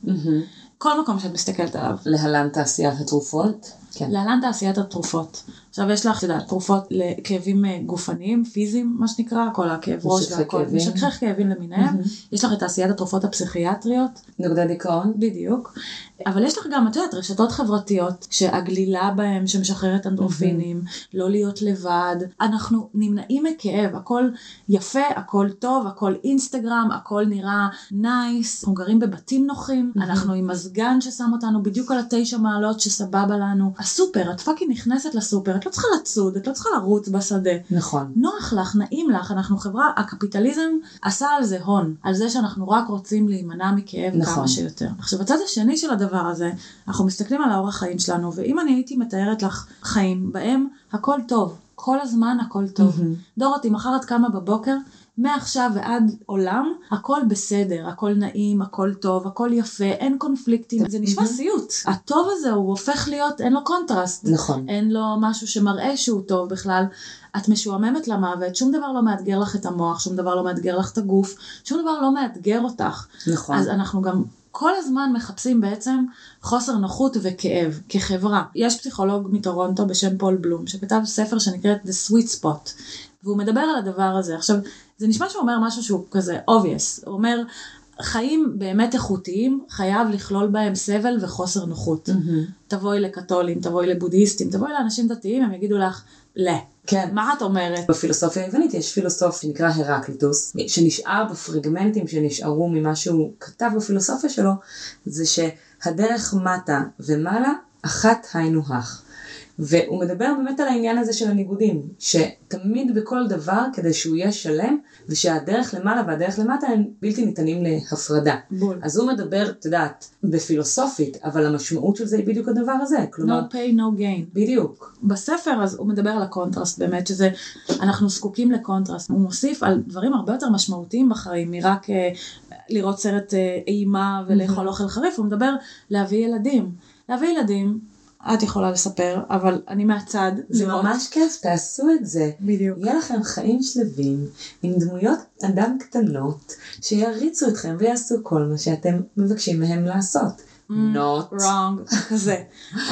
כל מקום שאת מסתכלת עליו. להלן תעשיית התרופות? כן. להלן תעשיית התרופות. עכשיו יש לך, תדעת, תרופות לכאבים גופניים, פיזיים, מה שנקרא, כל הכאב ראש והכל. משכך כאבים למיניהם. יש לך את תעשיית התרופות הפסיכיאטריות. נוגדי דיכאון. בדיוק. אבל יש לך גם, את יודעת, רשתות חברתיות, שהגלילה בהם, שמשחררת אנדרופינים, לא להיות לבד. אנחנו נמנעים מכאב, הכל יפה, הכל טוב, הכל אינסטגרם, הכל נראה נייס. אנחנו גרים בבתים נוחים, אנחנו עם מזגן ששם אותנו בדיוק על התשע מעלות שסבבה לנו. הסופר, את פאקי נכנסת לסופר, את לא צריכה לצוד, את לא צריכה לרוץ בשדה. נכון. נוח לך, נעים לך, אנחנו חברה, הקפיטליזם עשה על זה הון, על זה שאנחנו רק רוצים להימנע מכאב נכון. כמה שיותר. עכשיו, בצד השני של הדבר הזה, אנחנו מסתכלים על האורח חיים שלנו, ואם אני הייתי מתארת לך חיים, בהם הכל טוב, כל הזמן הכל טוב. Mm-hmm. דורותי, מחר את קמה בבוקר, מעכשיו ועד עולם, הכל בסדר, הכל נעים, הכל טוב, הכל יפה, אין קונפליקטים, זה נשמע סיוט. הטוב הזה הוא הופך להיות, אין לו קונטרסט. נכון. אין לו משהו שמראה שהוא טוב בכלל. את משועממת למוות, שום דבר לא מאתגר לך את המוח, שום דבר לא מאתגר לך את הגוף, שום דבר לא מאתגר אותך. נכון. אז אנחנו גם כל הזמן מחפשים בעצם חוסר נוחות וכאב כחברה. יש פסיכולוג מטורונטו בשם פול בלום, שכתב ספר שנקראת The Sweet Spot, והוא מדבר על הדבר הזה. עכשיו, זה נשמע שהוא אומר משהו שהוא כזה obvious. הוא אומר, חיים באמת איכותיים, חייב לכלול בהם סבל וחוסר נוחות. Mm-hmm. תבואי לקתולים, תבואי לבודהיסטים, תבואי לאנשים דתיים, הם יגידו לך, לא. כן. מה את אומרת? בפילוסופיה היוונית יש פילוסוף שנקרא הרקליטוס, שנשאר בפרגמנטים שנשארו ממה שהוא כתב בפילוסופיה שלו, זה שהדרך מטה ומעלה, אחת היינו הך. והוא מדבר באמת על העניין הזה של הניגודים, שתמיד בכל דבר כדי שהוא יהיה שלם, ושהדרך למעלה והדרך למטה הם בלתי ניתנים להפרדה. בול. אז הוא מדבר, תדעת, בפילוסופית, אבל המשמעות של זה היא בדיוק הדבר הזה. כלומר, no pay, no gain. בדיוק. בספר אז הוא מדבר על הקונטרסט באמת, שזה, אנחנו זקוקים לקונטרסט. הוא מוסיף על דברים הרבה יותר משמעותיים בחיים, מרק אה, לראות סרט אה, אימה ולאכול אוכל חריף, הוא מדבר להביא ילדים. להביא ילדים, את יכולה לספר, אבל אני מהצד. זה לראות. ממש כיף, תעשו את זה. בדיוק. יהיה לכם חיים שלבים, עם דמויות אדם קטנות, שיריצו אתכם ויעשו כל מה שאתם מבקשים מהם לעשות. Mm, Not. Wrong. כזה. אבל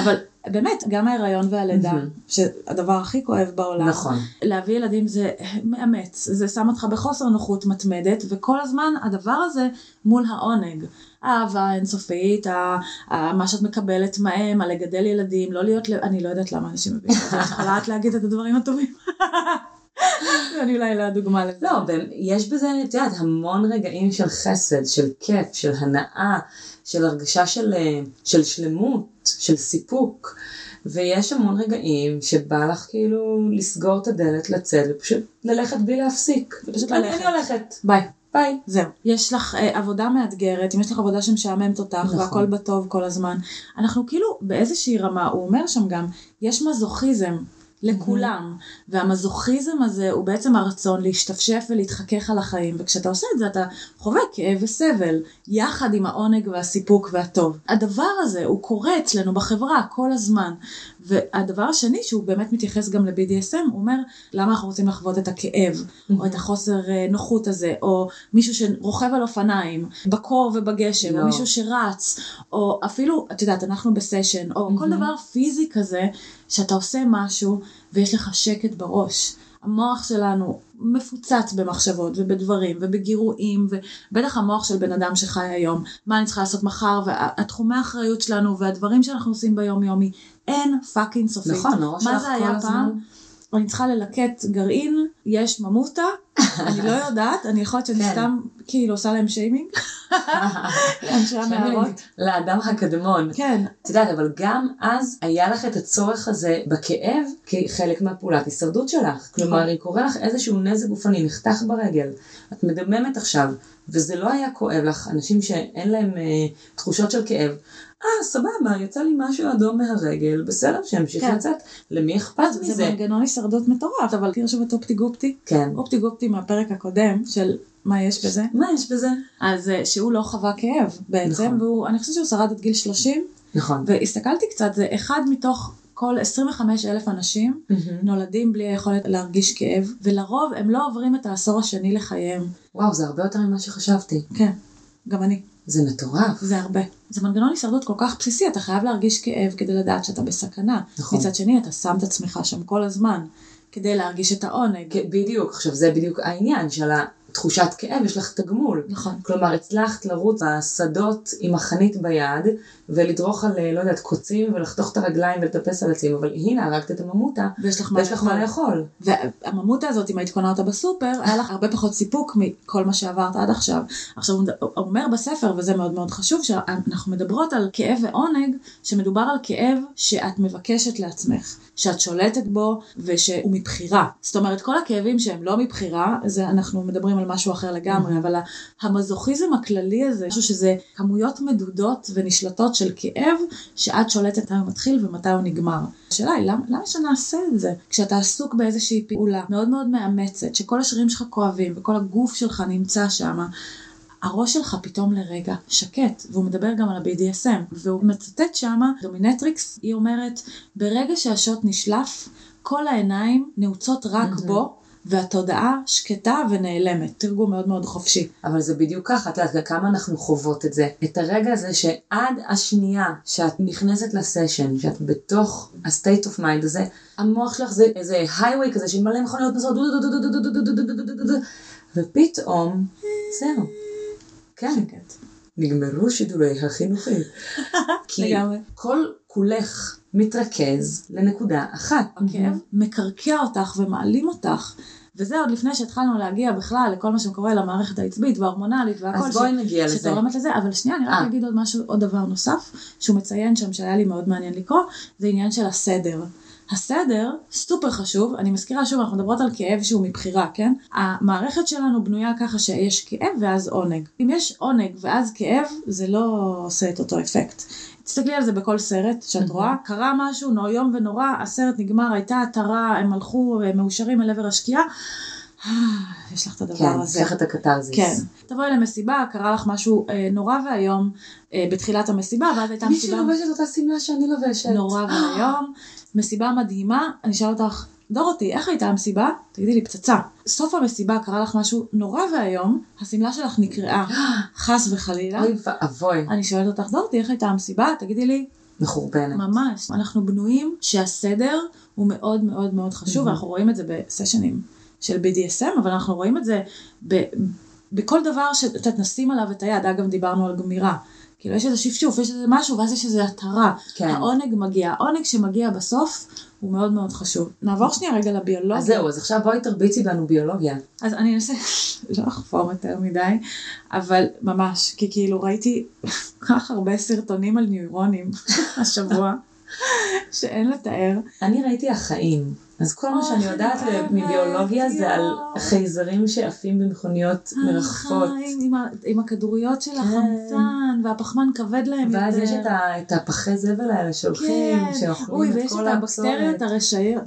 באמת, גם ההיריון והלידה, שהדבר הכי כואב בעולם. נכון. להביא ילדים זה מאמץ, זה שם אותך בחוסר נוחות מתמדת, וכל הזמן הדבר הזה מול העונג. האהבה האינסופית, מה שאת מקבלת מהם, על לגדל ילדים, לא להיות, אני לא יודעת למה אנשים מביאים, אני יכולה להגיד את הדברים הטובים. אני אולי לא דוגמה לזה. לא, יש בזה, את יודעת, המון רגעים של חסד, של כיף, של הנאה, של הרגשה של, של שלמות, של סיפוק, ויש המון רגעים שבא לך כאילו לסגור את הדלת, לצאת, ופשוט ללכת בלי להפסיק. ופשוט אני, ללכת. אני הולכת. ביי. ביי. זהו. יש לך אה, עבודה מאתגרת, אם יש לך עבודה שמשעממת אותך, נכון. והכל בטוב כל הזמן. אנחנו כאילו באיזושהי רמה, הוא אומר שם גם, יש מזוכיזם. לכולם, והמזוכיזם הזה הוא בעצם הרצון להשתפשף ולהתחכך על החיים, וכשאתה עושה את זה אתה חווה כאב וסבל, יחד עם העונג והסיפוק והטוב. הדבר הזה הוא קורה אצלנו בחברה כל הזמן, והדבר השני שהוא באמת מתייחס גם ל-בי די אס אם, הוא אומר למה אנחנו רוצים לחוות את הכאב, או את החוסר נוחות הזה, או מישהו שרוכב על אופניים, בקור ובגשם, או מישהו שרץ, או אפילו, את יודעת, אנחנו בסשן, או כל דבר פיזי כזה, שאתה עושה משהו ויש לך שקט בראש. המוח שלנו מפוצץ במחשבות ובדברים ובגירויים, ובטח המוח של בן אדם שחי היום, מה אני צריכה לעשות מחר, והתחומי האחריות שלנו והדברים שאנחנו עושים ביום יומי, אין פאקינג סופית. נכון, הראש שלך כל הזמן. מה זה היה פעם? אני צריכה ללקט גרעין, יש ממוטה, אני לא יודעת, אני יכולת שאני סתם כאילו עושה להם שיימינג. אנשי המערות. לאדם הקדמון. כן. את יודעת, אבל גם אז היה לך את הצורך הזה בכאב, כחלק מהפעולת הישרדות שלך. כלומר, אם קורה לך איזשהו נזק גופני, נחתך ברגל, את מדממת עכשיו, וזה לא היה כואב לך, אנשים שאין להם אה, תחושות של כאב, אה, סבבה, יצא לי משהו אדום מהרגל, בסדר שהמשיך כן. לצאת, למי אכפת מזה? זה מנגנון הישרדות מטורף, אבל תראה שוב את אופטי גופטי. כן. אופטי גופטי מהפרק הקודם של מה יש בזה. מה יש בזה? אז שהוא לא חווה כאב בעצם, נכון. והוא, אני חושבת שהוא שרד עד גיל שלושים. נכון. והסתכלתי קצת, זה אחד מתוך כל עשרים וחמישה אלף אנשים mm-hmm. נולדים בלי היכולת להרגיש כאב, ולרוב הם לא עוברים את העשור השני לחייהם. וואו, זה הרבה יותר ממה שחשבתי. כן, גם אני. זה מטורף. זה הרבה. זה מנגנון הישרדות כל כך בסיסי, אתה חייב להרגיש כאב כדי לדעת שאתה בסכנה. נכון. מצד שני, אתה שם את עצמך שם כל הזמן, כדי להרגיש את העונג. בדיוק, עכשיו זה בדיוק העניין של תחושת כאב, יש לך תגמול. נכון. כלומר, הצלחת לרוץ בשדות עם החנית ביד, ולדרוך על, לא יודעת, קוצים, ולחתוך את הרגליים ולטפס על עצים, אבל הנה, הרגת את הממותה, ויש לך ויש לך מה לאכול. והממותה הזאת, אם היית קונה אותה בסופר, היה לך הרבה פחות סיפוק מכל מה שעברת עד עכשיו. עכשיו, הוא אומר בספר, וזה מאוד מאוד חשוב, שאנחנו מדברות על כאב ועונג, שמדובר על כאב שאת מבקשת לעצמך, שאת שולטת בו, ושהוא מבחירה. זאת אומרת, כל הכאבים שהם לא מבחירה, זה אנחנו מדברים על משהו אחר לגמרי, אבל המזוכיזם הכללי הזה, משהו שזה כמויות מדודות ונשלטות של כאב, שאת שולטת מתי הוא מתחיל ומתי הוא נגמר. השאלה היא, למה, למה שנעשה את זה? כשאתה עסוק באיזושהי פעולה מאוד מאוד מאמצת, שכל השרירים שלך כואבים וכל הגוף שלך נמצא שם, הראש שלך פתאום לרגע שקט, והוא מדבר גם על ה-בי די אס אם, והוא מצטט שם, דומינטריקס, היא אומרת, ברגע שהשוט נשלף, כל העיניים נעוצות רק mm-hmm. בו, והתודעה שקטה ונעלמת. תרגום מאוד מאוד חופשי. אבל זה בדיוק ככה, את יודעת, כמה אנחנו חוות את זה. את הרגע הזה שעד השנייה שאת נכנסת לסשן, שאת בתוך ה-state of mind הזה, המוח שלך זה איזה highway כזה, שמלא מכוניות נוסעות, ופתאום, זהו. כן. שקט. נגמרו שידורי החינוכי. כי כל כולך מתרכז לנקודה אחת. הכאב מקרקע אותך ומעלים אותך. וזה עוד לפני שהתחלנו להגיע בכלל לכל מה שקורה למערכת העצבית וההורמונלית והכל. אז בואי נגיע לזה. שתורמת לזה. אבל שנייה, אני רק אגיד עוד משהו, עוד דבר נוסף, שהוא מציין שם שהיה לי מאוד מעניין לקרוא, זה עניין של הסדר. הסדר סופר חשוב, אני מזכירה שוב, אנחנו מדברות על כאב שהוא מבחירה, כן? המערכת שלנו בנויה ככה שיש כאב ואז עונג. אם יש עונג ואז כאב, זה לא עושה את אותו אפקט. תסתכלי על זה בכל סרט שאת רואה, קרה משהו, נויום ונורא, הסרט נגמר, הייתה התרה, הם הלכו מאושרים אל עבר השקיעה, יש לך את הדבר כן, הזה. כן, צריך את הקטרזיס. כן, תבואי למסיבה, קרה לך משהו אה, נורא והיום, אה, בתחילת המסיבה, ואז הייתה מסיבה... מישהו לובשת אותה סמלה שאני לובשת. נורא והיום, מסיבה מדהימה, אני שאל אותך, דורותי, איך הייתה המסיבה? תגידי לי, פצצה. סוף המסיבה קרה לך משהו נורא והיום, הסמלה שלך נקראה חס וחלילה. אוי ואבוי. אני שואלת אותך, דורותי, איך הייתה המסיבה? תגידי לי, מחורבנת. ממש. אנחנו בנויים שהסדר הוא מאוד מאוד מאוד חשוב, ואנחנו רואים את זה בסשנים של בי די אס אם, אבל אנחנו רואים את זה ב, בכל דבר שאתה נשים עליו את היד. אגב, דיברנו על גמירה. כאילו יש איזה שפשוף, יש איזה משהו, ואז יש איזה התרה. כן. העונג מגיע. העונג שמגיע בסוף הוא מאוד מאוד חשוב. נעבור שנייה רגע לביולוגיה. אז זהו, אז עכשיו בואי תרביצי בנו ביולוגיה. אז אני אנסה, לא אחפור יותר מדי, אבל ממש, כי כאילו ראיתי כך הרבה סרטונים על ניורונים השבוע, שאין לתאר. אני ראיתי החיים. אז כל מה שאני יודעת מביולוגיה זה על חייזרים שעפים במכוניות מרחפות. עם הכדוריות של החמצן, והפחמן כבד להם. ואז יש את הפחי זבל האלה שהולכים, שאוכלים את כל הפסולת. ויש את הבקטריות הרשעיות.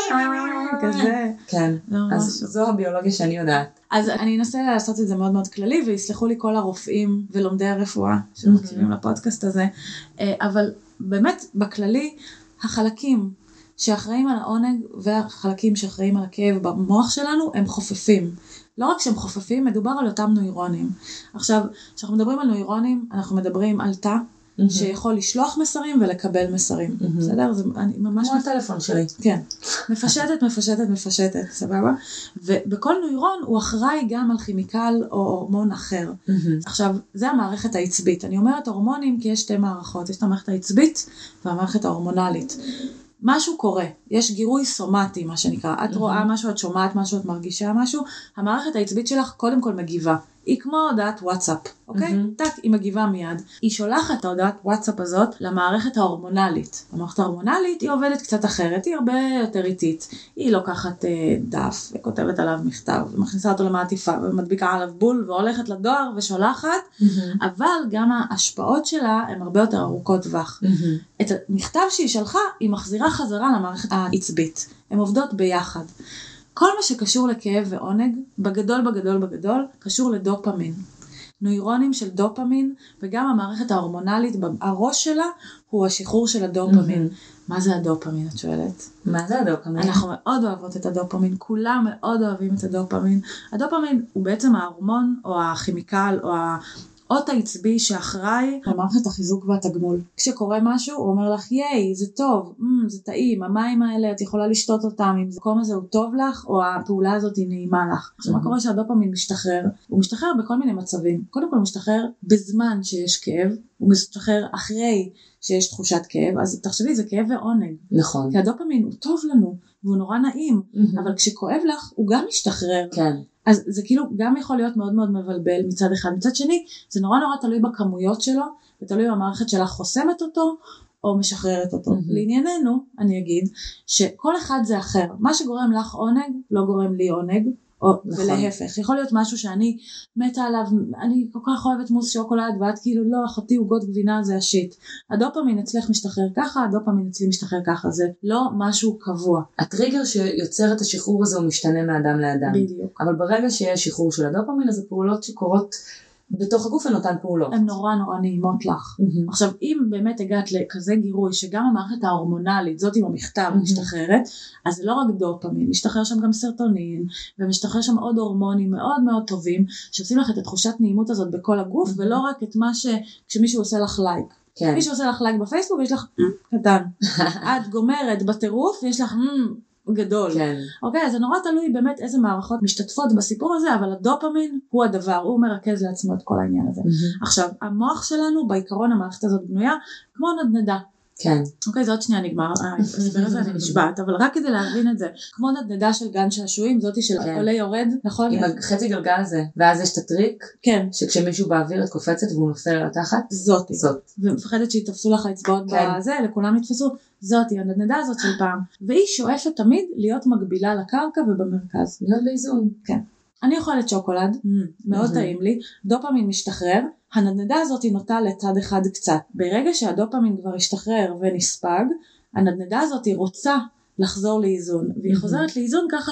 כזה. כן, אז זו הביולוגיה שאני יודעת. אז אני אנסה לעשות את זה מאוד מאוד כללי, ויסלחו לי כל הרופאים ולומדי הרפואה שמקשיבים לפודקאסט הזה. אבל באמת, בכללי, החלקים שאחראים על העונג והחלקים שאחראים על הכאב במוח שלנו הם חופפים. לא רק שהם חופפים, מדובר על אותם נוירונים. עכשיו, כשאנחנו מדברים על נוירונים, אנחנו מדברים על תא mm-hmm. שיכול לשלוח מסרים ולקבל מסרים. Mm-hmm. בסדר? זה אני ממש... כמו הטלפון שלי. כן. מפשטת, מפשטת, מפשטת. סבבה? ובכל נוירון הוא אחראי גם על כימיקל או הורמון אחר. Mm-hmm. עכשיו, זה המערכת העצבית. אני אומרת הורמונים כי יש שתי מערכות. יש את המערכת העצבית והמערכת ההורמונלית. משהו קורה, יש גירוי סומטי, מה שנקרא, את רואה משהו, את שומעת משהו, את מרגישה משהו, המערכת העצבית שלך קודם כל מגיבה, היא כמו הודעת וואטסאפ, אוקיי? טק, היא מגיבה מיד, היא שולחת את ההודעת וואטסאפ הזאת למערכת ההורמונלית, המערכת ההורמונלית היא עובדת קצת אחרת, היא הרבה יותר איטית, היא לוקחת אה, דף וכותבת עליו מכתב, ומכניסה אותו למעטיפה, ומדביקה עליו בול, והולכת לדואר ושולחת, אבל גם ההשפעות שלה הן הרבה יותר ארוכות טווח. את המכתב שהיא שלחה, היא מחזירה חזרה למערכת העצבית, הן עובדות ביחד. כל מה שקשור לכאב ועונג, בגדול בגדול בגדול, קשור לדופמין. נוירונים של דופמין, וגם המערכת ההורמונלית, הראש שלה הוא השחרור של הדופמין. Mm-hmm. מה זה הדופמין, את שואלת? מה זה הדופמין? אנחנו מאוד אוהבות את הדופמין, כולם מאוד אוהבים את הדופמין. הדופמין הוא בעצם ההורמון, או הכימיקל, או ה... אות העצבי שאחראי למערכת החיזוק והתגמול. כשקורה משהו, הוא אומר לך, ייי, זה טוב, mm, זה טעים, המים האלה, את יכולה לשתות אותם, אם זה קום הזה הוא טוב לך, או הפעולה הזאת היא נעימה לך. עכשיו, מה קורה שהדופמין משתחרר? הוא משתחרר בכל מיני מצבים. קודם כל, הוא משתחרר בזמן שיש כאב, הוא משתחרר אחרי שיש תחושת כאב, אז תחשבי, זה כאב ועונג. נכון. כי הדופמין הוא טוב לנו, והוא נורא נעים, אבל כשכואב לך, הוא גם משתחרר. כן. אז זה כאילו גם יכול להיות מאוד מאוד מבלבל מצד אחד. מצד שני, זה נורא נורא תלוי בכמויות שלו, ותלוי במערכת שלה חוסמת אותו, או משחררת אותו. Mm-hmm. לענייננו, אני אגיד, שכל אחד זה אחר. מה שגורם לך עונג, לא גורם לי עונג, או, נכון. ולהפך. יכול להיות משהו שאני מתה עליו, אני כל כך אוהבת מוס שוקולד, ואת כאילו לא, אחותי עוגות גבינה זה השיט. הדופמין אצלך משתחרר ככה, הדופמין אצלי משתחרר ככה, זה לא משהו קבוע. הטריגר שיוצר את השחרור הזה הוא משתנה מאדם לאדם. בדיוק. אבל ברגע שיש שחרור של הדופמין, אז הפעולות שקורות בתוך הגוף הן אותן פעולות. הן נורא נורא נעימות לך. Mm-hmm. עכשיו, אם באמת הגעת לכזה גירוי, שגם המערכת ההורמונלית, זאת עם המכתב, mm-hmm. משתחררת, אז זה לא רק דופמין, משתחרר שם גם סרטונין, ומשתחרר שם עוד הורמונים מאוד מאוד טובים, שעושים לך את התחושת נעימות הזאת בכל הגוף, mm-hmm. ולא רק את מה ש... כשמישהו עושה לך לייק. כן. מישהו עושה לך לייק בפייסבוק, ויש לך קטן. את גומרת בטירוף, ויש לך... גדול. כן. אוקיי, אז זה נורא תלוי באמת איזה מערכות משתתפות בסיפור הזה, אבל הדופמין הוא הדבר, הוא מרכז לעצמו את כל העניין הזה. Mm-hmm. עכשיו, המוח שלנו, בעיקרון המערכת הזאת בנויה, כמו נדנדה. כן. אוקיי, זה עוד שנייה נגמר, הסבר הזה אני נשבעת, אבל רק כדי להבין את זה, כמו נדנדה של גן שעשועים, זאתי של עולה יורד, נכון? עם החצי גלגל הזה, ואז יש את הטריק, כן. שכשמישהו באוויר את קופצת והוא נופל על התחת, זאתי. זאת. ומפחדת שיתפסו לך אצבעות בזה, לכולם יתפסו, זאתי, הנדנדה הזאת של פעם. והיא שואפת תמיד להיות מקבילה לקרקע ובמרכז. להיות באיזון. כן. אני אוכלת שוקולד, מאוד טעים לי, דופמין משתחרר, הנדנדה הזאת היא נוטה לצד אחד קצת. ברגע שהדופמין כבר השתחרר ונספג, הנדנדה הזאת היא רוצה לחזור לאיזון, והיא חוזרת לאיזון ככה שהיא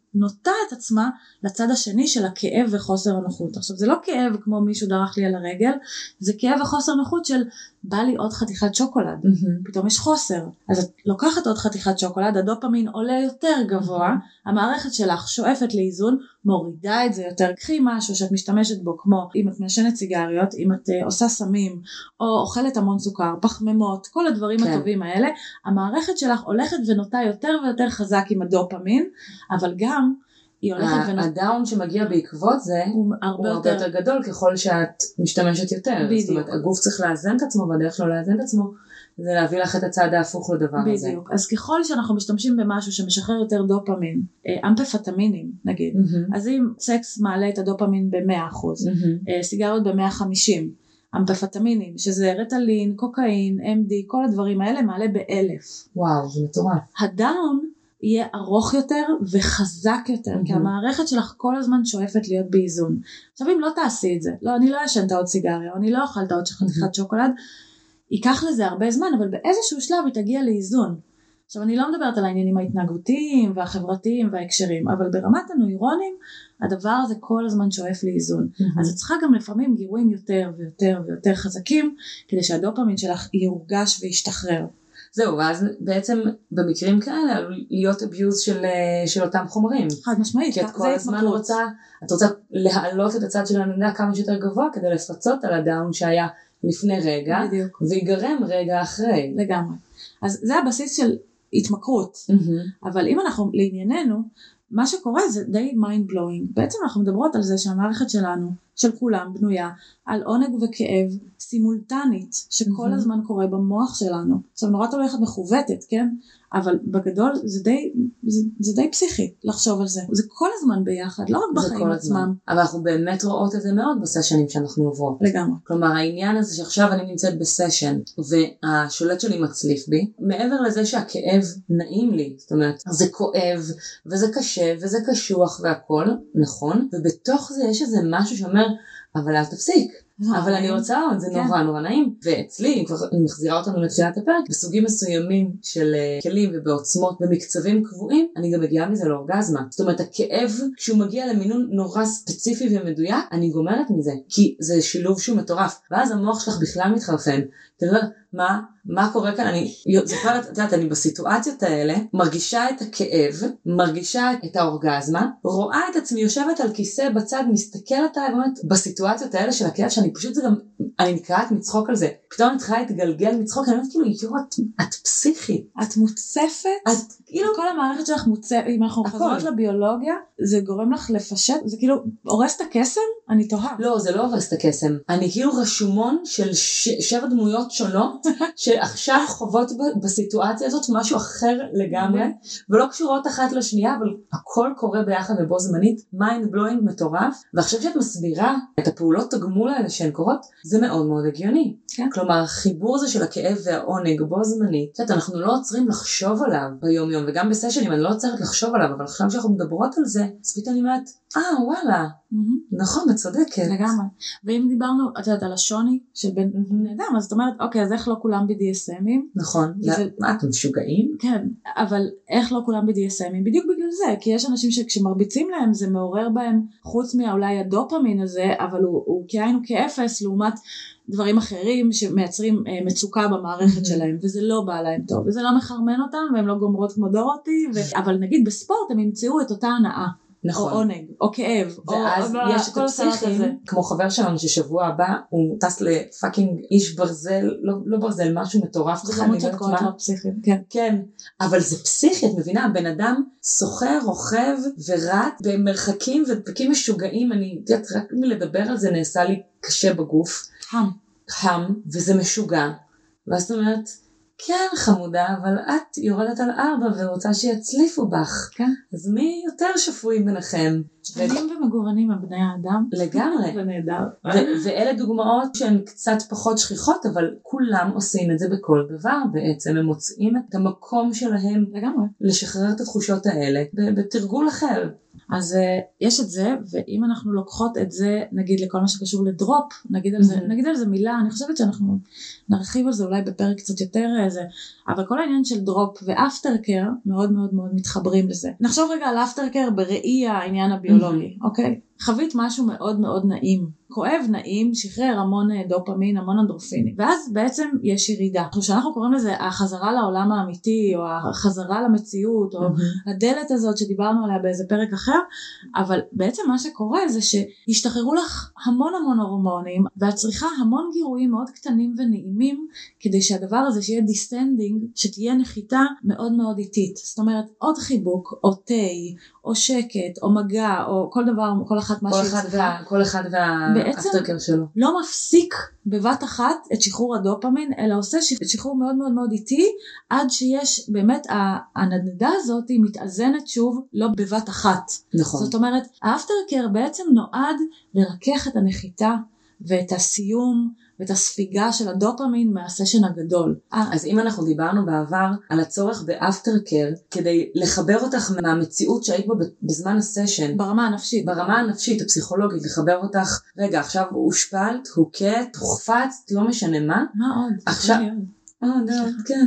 נוטה את עצמה לצד השני של הכאב וחוסר הנוחות. עכשיו זה לא כאב כמו מישהו דרך לי על הרגל, זה כאב וחוסר נוחות של בא לי עוד חתיכת שוקולד, mm-hmm. פתאום יש חוסר, אז את לוקחת עוד חתיכת שוקולד, הדופמין עולה יותר גבוה, mm-hmm. המערכת שלך שואפת לאיזון, מורידה את זה יותר, קחי משהו שאת משתמשת בו, כמו אם את משנת סיגריות, אם את uh, עושה סמים, או אוכלת המון סוכר, פחמימות, כל הדברים כן. הטובים האלה, המערכת שלך הולכת ונוטה יותר ויותר חזק עם הדופמין, אבל גם היא הולכת ונוטה... הדאון שמגיע בעקבות זה, הוא הרבה יותר... יותר גדול ככל שאת משתמשת יותר. בדיוק. זאת אומרת, הגוף צריך לאזן את עצמו, והדרך לא לאזן את עצמו, זה להביא לך את הצעד ההפוך לדבר בדיוק. הזה. בדיוק. אז ככל שאנחנו משתמשים במשהו שמשחרר יותר דופמין, אמפפטמינים נגיד, mm-hmm. אז אם סקס מעלה את הדופמין ב-מאה אחוז, mm-hmm. סיגריות ב-מאה וחמישים, אמפפטמינים, שזה רטלין, קוקאין, אם די, כל הדברים האלה מעלה באלף. וואו, זה מטורף. הדאון יהיה ארוך יותר וחזק יותר, mm-hmm. כי המערכת שלך כל הזמן שואפת להיות באיזון. עכשיו אם לא תעשי את זה, לא, אני לא אשנת עוד סיגריה, או אני לא אוכלת עוד חתיכת mm-hmm. שוקולד, ייקח לזה הרבה זמן, אבל באיזשהו שלב היא תגיע לאיזון. עכשיו אני לא מדברת על העניינים ההתנהגותיים והחברתיים וההקשרים, אבל ברמת הנוירונים, הדבר הזה כל הזמן שואף לאיזון. Mm-hmm. אז את צריכה גם לפעמים גירויים יותר ויותר ויותר חזקים, כדי שהדופמין שלך יורגש וישתחרר. זהו, ואז בעצם במקרים כאלה להיות אביוז של, של אותם חומרים. חד משמעית. כי את כל הזמן רוצה, את רוצה להעלות את הצד של הנדע כמה שיותר גבוה, כדי לפצות על הדאון שהיה לפני רגע, בדיוק. ויגרם רגע אחרי. לגמרי. אז זה הבסיס של התמכרות. Mm-hmm. אבל אם אנחנו לענייננו, מה שקורה זה די mind blowing. בעצם אנחנו מדברות על זה שהמערכת שלנו, של כולם, בנויה על עונג וכאב סימולטנית, שכל mm-hmm. הזמן קורה במוח שלנו. עכשיו נורא תלוי איך את מכוותת, כן? אבל בגדול זה די, זה, זה די פסיכי לחשוב על זה. זה כל הזמן ביחד, לא רק בחיים עצמם. אבל אנחנו באמת רואות את זה מאוד בסשנים שאנחנו עוברות. לגמרי. כלומר העניין הזה שעכשיו אני נמצאת בסשן, והשולט שלי מצליף בי, מעבר לזה שהכאב נעים לי, זאת אומרת, זה כואב, וזה קשה, וזה קשוח והכל, נכון? ובתוך זה יש איזה משהו שאומר, אבל אל תפסיק. אבל אני רוצה עוד, זה נורא נורא נעים. ואצלי, אני מחזירה אותנו לתחילת הפרק, בסוגים מסוימים של כלים ובעוצמות, במקצבים קבועים, אני גם מגיעה מזה לאורגזמה. זאת אומרת, הכאב, כשהוא מגיע למינון נורא ספציפי ומדויק, אני גומרת מזה, כי זה שילוב שהוא מטורף. ואז המוח שלך בכלל מתחרפן. אתה יודע, מה? מה קורה כאן? אני זוכרת, את יודעת, אני בסיטואציות האלה, מרגישה את הכאב, מרגישה את האורגזמה, רואה את עצמי יושבת על כיסא בצד, מסתכלת עליי, באמת, בסיטואציות האלה של הכאב, שאני פשוט זה גם, אני נקראת מצחוק על זה. פתאום אני צריכה להתגלגל מצחוק, אני אומרת כאילו, יו, את, את פסיכית. את מוצפת? את, כאילו, כל המערכת שלך מוצפת, אם אנחנו חוזרות לביולוגיה, זה גורם לך לפשט, זה כאילו, הורס את הקסם? אני תוהה. לא, זה לא הורס את הקסם. אני כאילו רשומון של ש... שבע דמויות שונות, שעכשיו חוות בסיטואציה הזאת משהו אחר לגמרי, ולא קשורות אחת לשנייה, אבל הכל קורה ביחד ובו זמנית, mind blowing מטורף, ועכשיו שאת מסבירה את הפעולות תגמול האלה שהן קורות, זה מאוד מאוד הגיוני. כן. כלומר, החיבור הזה של הכאב והעונג בו זמנית, שאת אנחנו לא עוצרים לחשוב עליו ביום יום, וגם בסשנים אני לא עוצרת לחשוב עליו, אבל עכשיו שאנחנו מדברות על זה, אז פתאום אני אומרת, אה, וואלה, נכון, מצודקת. לגמרי. ואם דיברנו, את יודעת, על השוני של בין בני אדם, אז את אומרת, אוקיי, אז איך לא כולם בי די אס אמים? נכון. מה, אתם משוגעים? כן, אבל איך לא כולם בי די אס אמים? בדיוק בגלל זה, כי יש אנשים שכשמרביצים להם, זה מעורר בהם, חוץ מאולי הדופמין הזה, אבל הוא כאין הוא כאפס, לעומת דברים אחרים שמייצרים מצוקה במערכת שלהם, וזה לא בא להם טוב, וזה לא מחרמן אותם, והם לא גומרות כמו דורותי, אבל נגיד בספורט הם ימצאו את אותה הנאה. נכון. או עונג, או כאב, ואז או יש את הפסיכים, כמו חבר שלנו ששבוע הבא הוא טס לפאקינג איש ברזל, לא, לא ברזל, משהו מטורף. זה חמוד שאת קוראת לו פסיכים, כן. כן, אבל זה פסיכי, את מבינה, הבן אדם סוחר, רוכב ורט במרחקים ודפקים משוגעים, אני יודעת, רק מלדבר על זה נעשה לי קשה בגוף. חם. חם, וזה משוגע. ואז זאת אומרת, כן חמודה, אבל את יורדת על ארבע ורוצה שיצליפו בך. כן. אז מי יותר שפוי ביניכם? שפויים ומגורנים על בני האדם. לגמרי. זה נהדר. ואלה דוגמאות שהן קצת פחות שכיחות, אבל כולם עושים את זה בכל דבר בעצם. הם מוצאים את המקום שלהם לגמרי. לשחרר את התחושות האלה בתרגול אחר. אז uh, יש את זה, ואם אנחנו לוקחות את זה, נגיד לכל מה שקשור לדרופ, נגיד על זה, mm-hmm. נגיד על זה מילה, אני חושבת שאנחנו נרחיב על זה אולי בפרק קצת יותר איזה, אבל כל העניין של דרופ ואפטר קר, מאוד מאוד מאוד מתחברים לזה. נחשוב רגע על אפטר קר בראי העניין הביולוגי, mm-hmm. אוקיי? חווית משהו מאוד מאוד נעים. כואב, נעים, שחרר המון דופמין, המון אנדרופינים. ואז בעצם יש ירידה. כשאנחנו קוראים לזה החזרה לעולם האמיתי, או החזרה למציאות, או mm-hmm. הדלת הזאת שדיברנו עליה באיזה פרק אחר, אבל בעצם מה שקורה זה שהשתחררו לך המון המון הורמונים, ואת צריכה המון גירויים מאוד קטנים ונעימים, כדי שהדבר הזה שיהיה דיסטנדינג, שתהיה נחיתה מאוד מאוד איטית. זאת אומרת, עוד חיבוק, או תי, או שקט, או מגע, או כל דבר, כל אחת מה שיצא. כל אחד והאפטרקר שלו. לא מפסיק בבת אחת את שחרור הדופמין, אלא עושה שחרור מאוד מאוד מאוד איטי, עד שיש באמת, הנדנדה הזאת היא מתאזנת שוב, לא בבת אחת. נכון. זאת אומרת, האפטרקר בעצם נועד לרכך את הנחיתה, ואת הסיום, ואת הספיגה של הדופמין מהסשן הגדול. אז אם אנחנו דיברנו בעבר על הצורך באפטר קר, כדי לחבר אותך מהמציאות שהיית בו בזמן הסשן. ברמה הנפשית. ברמה הנפשית, הפסיכולוגית, לחבר אותך, רגע, עכשיו הושפלת, הוקט, הוחפצת, לא משנה מה. מה עוד? עכשיו, עוד, עוד, כן.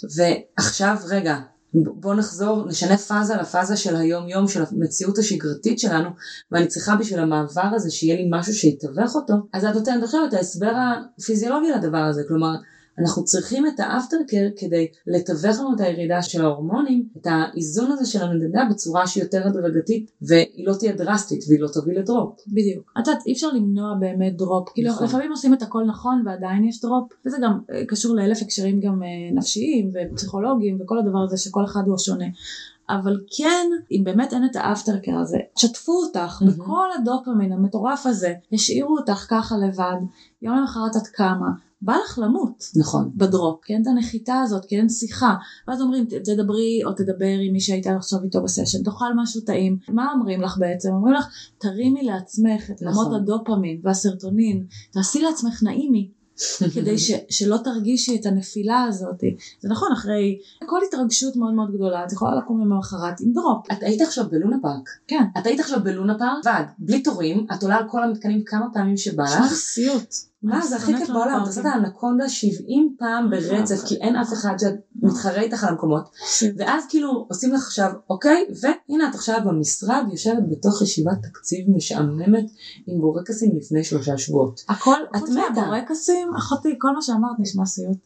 ועכשיו, רגע, בוא נחזור, נשנה פאזה לפאזה של היום יום, של המציאות השגרתית שלנו, ואני צריכה בשביל המעבר הזה שיהיה לי משהו שיתווך אותו, אז את נותנת עכשיו את ההסבר הפיזיולוגי לדבר הזה, כלומר, אנחנו צריכים את האפטר קר כדי לתווך לנו את הירידה של ההורמונים, את האיזון הזה של הנדנדה בצורה שהיא יותר הדרגתית, והיא לא תהיה דרסטית, והיא לא תוביל לדרופ. בדיוק. את יודעת, אי אפשר למנוע באמת דרופ, כאילו נכון. לפעמים עושים את הכל נכון, ועדיין יש דרופ, וזה גם קשור לאלף הקשרים גם נפשיים, ופסיכולוגיים, וכל הדבר הזה שכל אחד הוא השונה. אבל כן, אם באמת אין את האפטר קר הזה, שתפו אותך mm-hmm. בכל הדופמין המטורף הזה, השאירו אותך ככה לבד, יום למחרת את קמה, בא לך למות. נכון. בדרופ, כי אין את הנחיתה הזאת, כי אין שיחה. ואז אומרים, תדברי או תדבר עם מי שהייתה עכשיו איתו בסשן, תאכל משהו טעים. מה אומרים לך בעצם? אומרים לך, תרימי לעצמך את רמות נכון. הדופמין והסרטונין, תעשי לעצמך נעימי. כדי ש, שלא תרגישי את הנפילה הזאת. זה נכון, אחרי כל התרגשות מאוד מאוד גדולה, את יכולה לקום למחרת עם דרופ. את היית עכשיו בלונה פארק. כן. את היית עכשיו בלונה פארק, ועד, בלי תורים, את עולה על כל המתקנים כמה פעמים שבא לך. שמה סיוט. מה, זה הכי כיף בעולם, אתה עושה את האנקונדה שבעים פעם ברצף, כי אין אף אחד שמתחרה איתך על המקומות, ואז כאילו עושים לך עכשיו, אוקיי, והנה את עכשיו במשרד יושבת בתוך ישיבת תקציב משעממת עם בורקסים לפני שלושה שבועות. הכל, חוץ מהבורקסים, אחותי, כל מה שאמרת נשמע סיוט.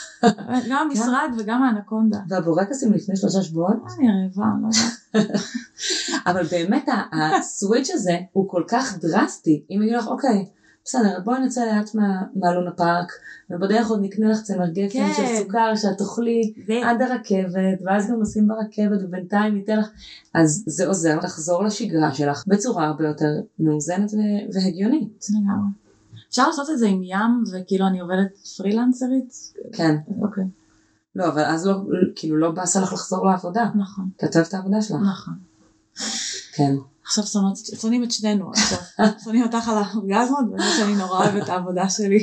גם המשרד וגם האנקונדה. והבורקסים לפני שלושה שבועות? אני רעבה, לא יודעת. אבל באמת הסוויץ' הזה הוא כל כך דרסטי, אם יגיד לך, אוקיי, בסדר, בואי נצא לאט מהלונה פארק, ובדרך עוד נקנה לך צמר גפן של סוכר, שאת תאכלי עד הרכבת, ואז גם נוסעים ברכבת, ובינתיים ניתן לך, אז זה עוזר לחזור לשגרה שלך, בצורה הרבה יותר מאוזנת והגיונית. אפשר לעשות את זה עם ים, וכאילו אני עובדת פרילנסרית? כן. אוקיי. לא, אבל אז לא, כאילו לא בעשה לך לחזור לעבודה. נכון. כתב את העבודה שלך. נכון. כן. עכשיו שונאים את שנינו, שונאים אותך על האורגזמות, ואני שאני נורא אוהבת את העבודה שלי.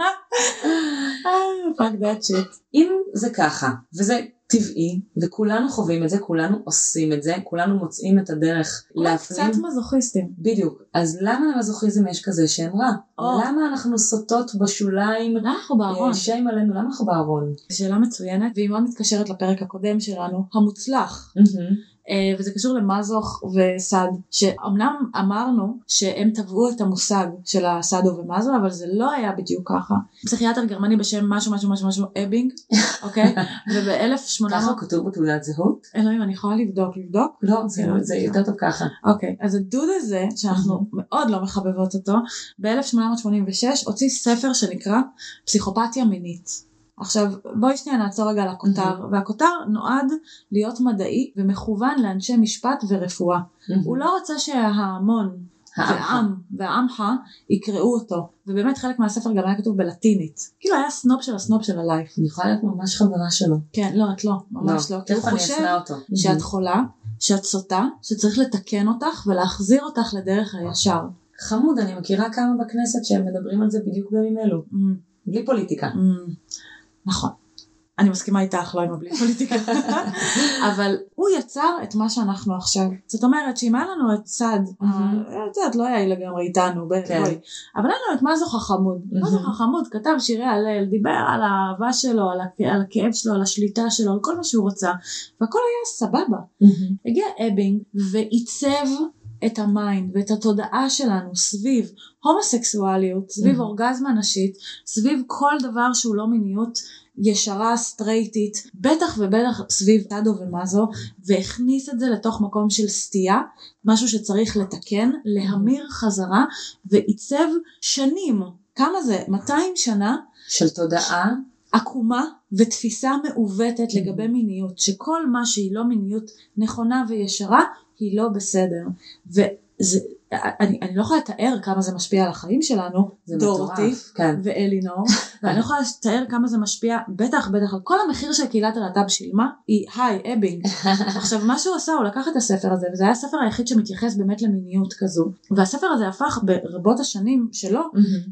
fuck that shit. אם זה ככה, וזה טבעי, וכולנו חווים את זה, כולנו עושים את זה, כולנו מוצאים את הדרך להפנים. קצת מזוכיסטים. בדיוק. אז למה למזוכיזם יש כזה שם רע? למה אנחנו סוטות בשוליים? למה אנחנו בארון? שם עלינו, למה אנחנו בארון? שאלה מצוינת, והיא מאוד מתקשרת לפרק הקודם שלנו, המוצלח. וזה קשור למזוך וסד, שאומנם אמרנו שהם טבעו את המושג של הסדו ומזו, אבל זה לא היה בדיוק ככה. פסיכיאטר גרמני בשם משהו משהו משהו משהו אבינג, אוקיי? וב-אלף ושמונה מאות... ככה כתוב בתעודת זהות? אלוהים, אני יכולה לבדוק, לבדוק? לא, זה יותר טוב ככה. אוקיי, אז הדוד הזה, שאנחנו מאוד לא מחבבות אותו, ב-אלף שמונה מאות שמונים ושש הוציא ספר שנקרא פסיכופתיה מינית. עכשיו בואי שנייה נעצור רגע על הכותר, mm-hmm. והכותר נועד להיות מדעי ומכוון לאנשי משפט ורפואה. Mm-hmm. הוא לא רצה שההמון, העם והעמך יקראו אותו, ובאמת חלק מהספר גם היה כתוב בלטינית. כאילו היה סנופ של הסנופ של הלייף. אני יכולה להיות ממש חברה שלו. כן, לא, את לא, ממש לא. לא. כי הוא חושב שאת חולה, שאת סוטה, שצריך לתקן אותך ולהחזיר אותך לדרך הישר. חמוד, אני מכירה כמה בכנסת שהם מדברים על זה בדיוק בימים אלו. Mm-hmm. בלי פוליטיקה. Mm-hmm. נכון. אני מסכימה איתך, לא עם הבלי פוליטיקה, אבל הוא יצר את מה שאנחנו עכשיו. זאת אומרת שאם היה לנו את צד, את יודעת, לא היה לגמרי איתנו, אבל היה לנו את מזו חכמוד. מזו חכמוד כתב שירי הלל, דיבר על האהבה שלו, על הכאב שלו, על השליטה שלו, על כל מה שהוא רוצה, והכל היה סבבה. הגיע אבינג ועיצב את המיינד ואת התודעה שלנו סביב הומוסקסואליות, סביב אורגזמה נשית, סביב כל דבר שהוא לא מיניות ישרה, סטרייטית, בטח ובטח סביב טאדו ומזו, והכניס את זה לתוך מקום של סטייה, משהו שצריך לתקן, להמיר חזרה, ועיצב שנים, כמה זה? מאתיים שנה של תודעה עקומה ותפיסה מעוותת לגבי מיניות, שכל מה שהיא לא מיניות נכונה וישרה, היא לא בסדר. וזה, אני, אני לא יכולה לתאר כמה זה משפיע על החיים שלנו, דורתי כן. ואלינור, ואני לא יכולה לתאר כמה זה משפיע, בטח בטח על כל המחיר של קהילת הלהט"ב שילמה, היא היי אבינג. עכשיו מה שהוא עשה, הוא לקח את הספר הזה, וזה היה הספר היחיד שמתייחס באמת למיניות כזו, והספר הזה הפך ברבות השנים שלו,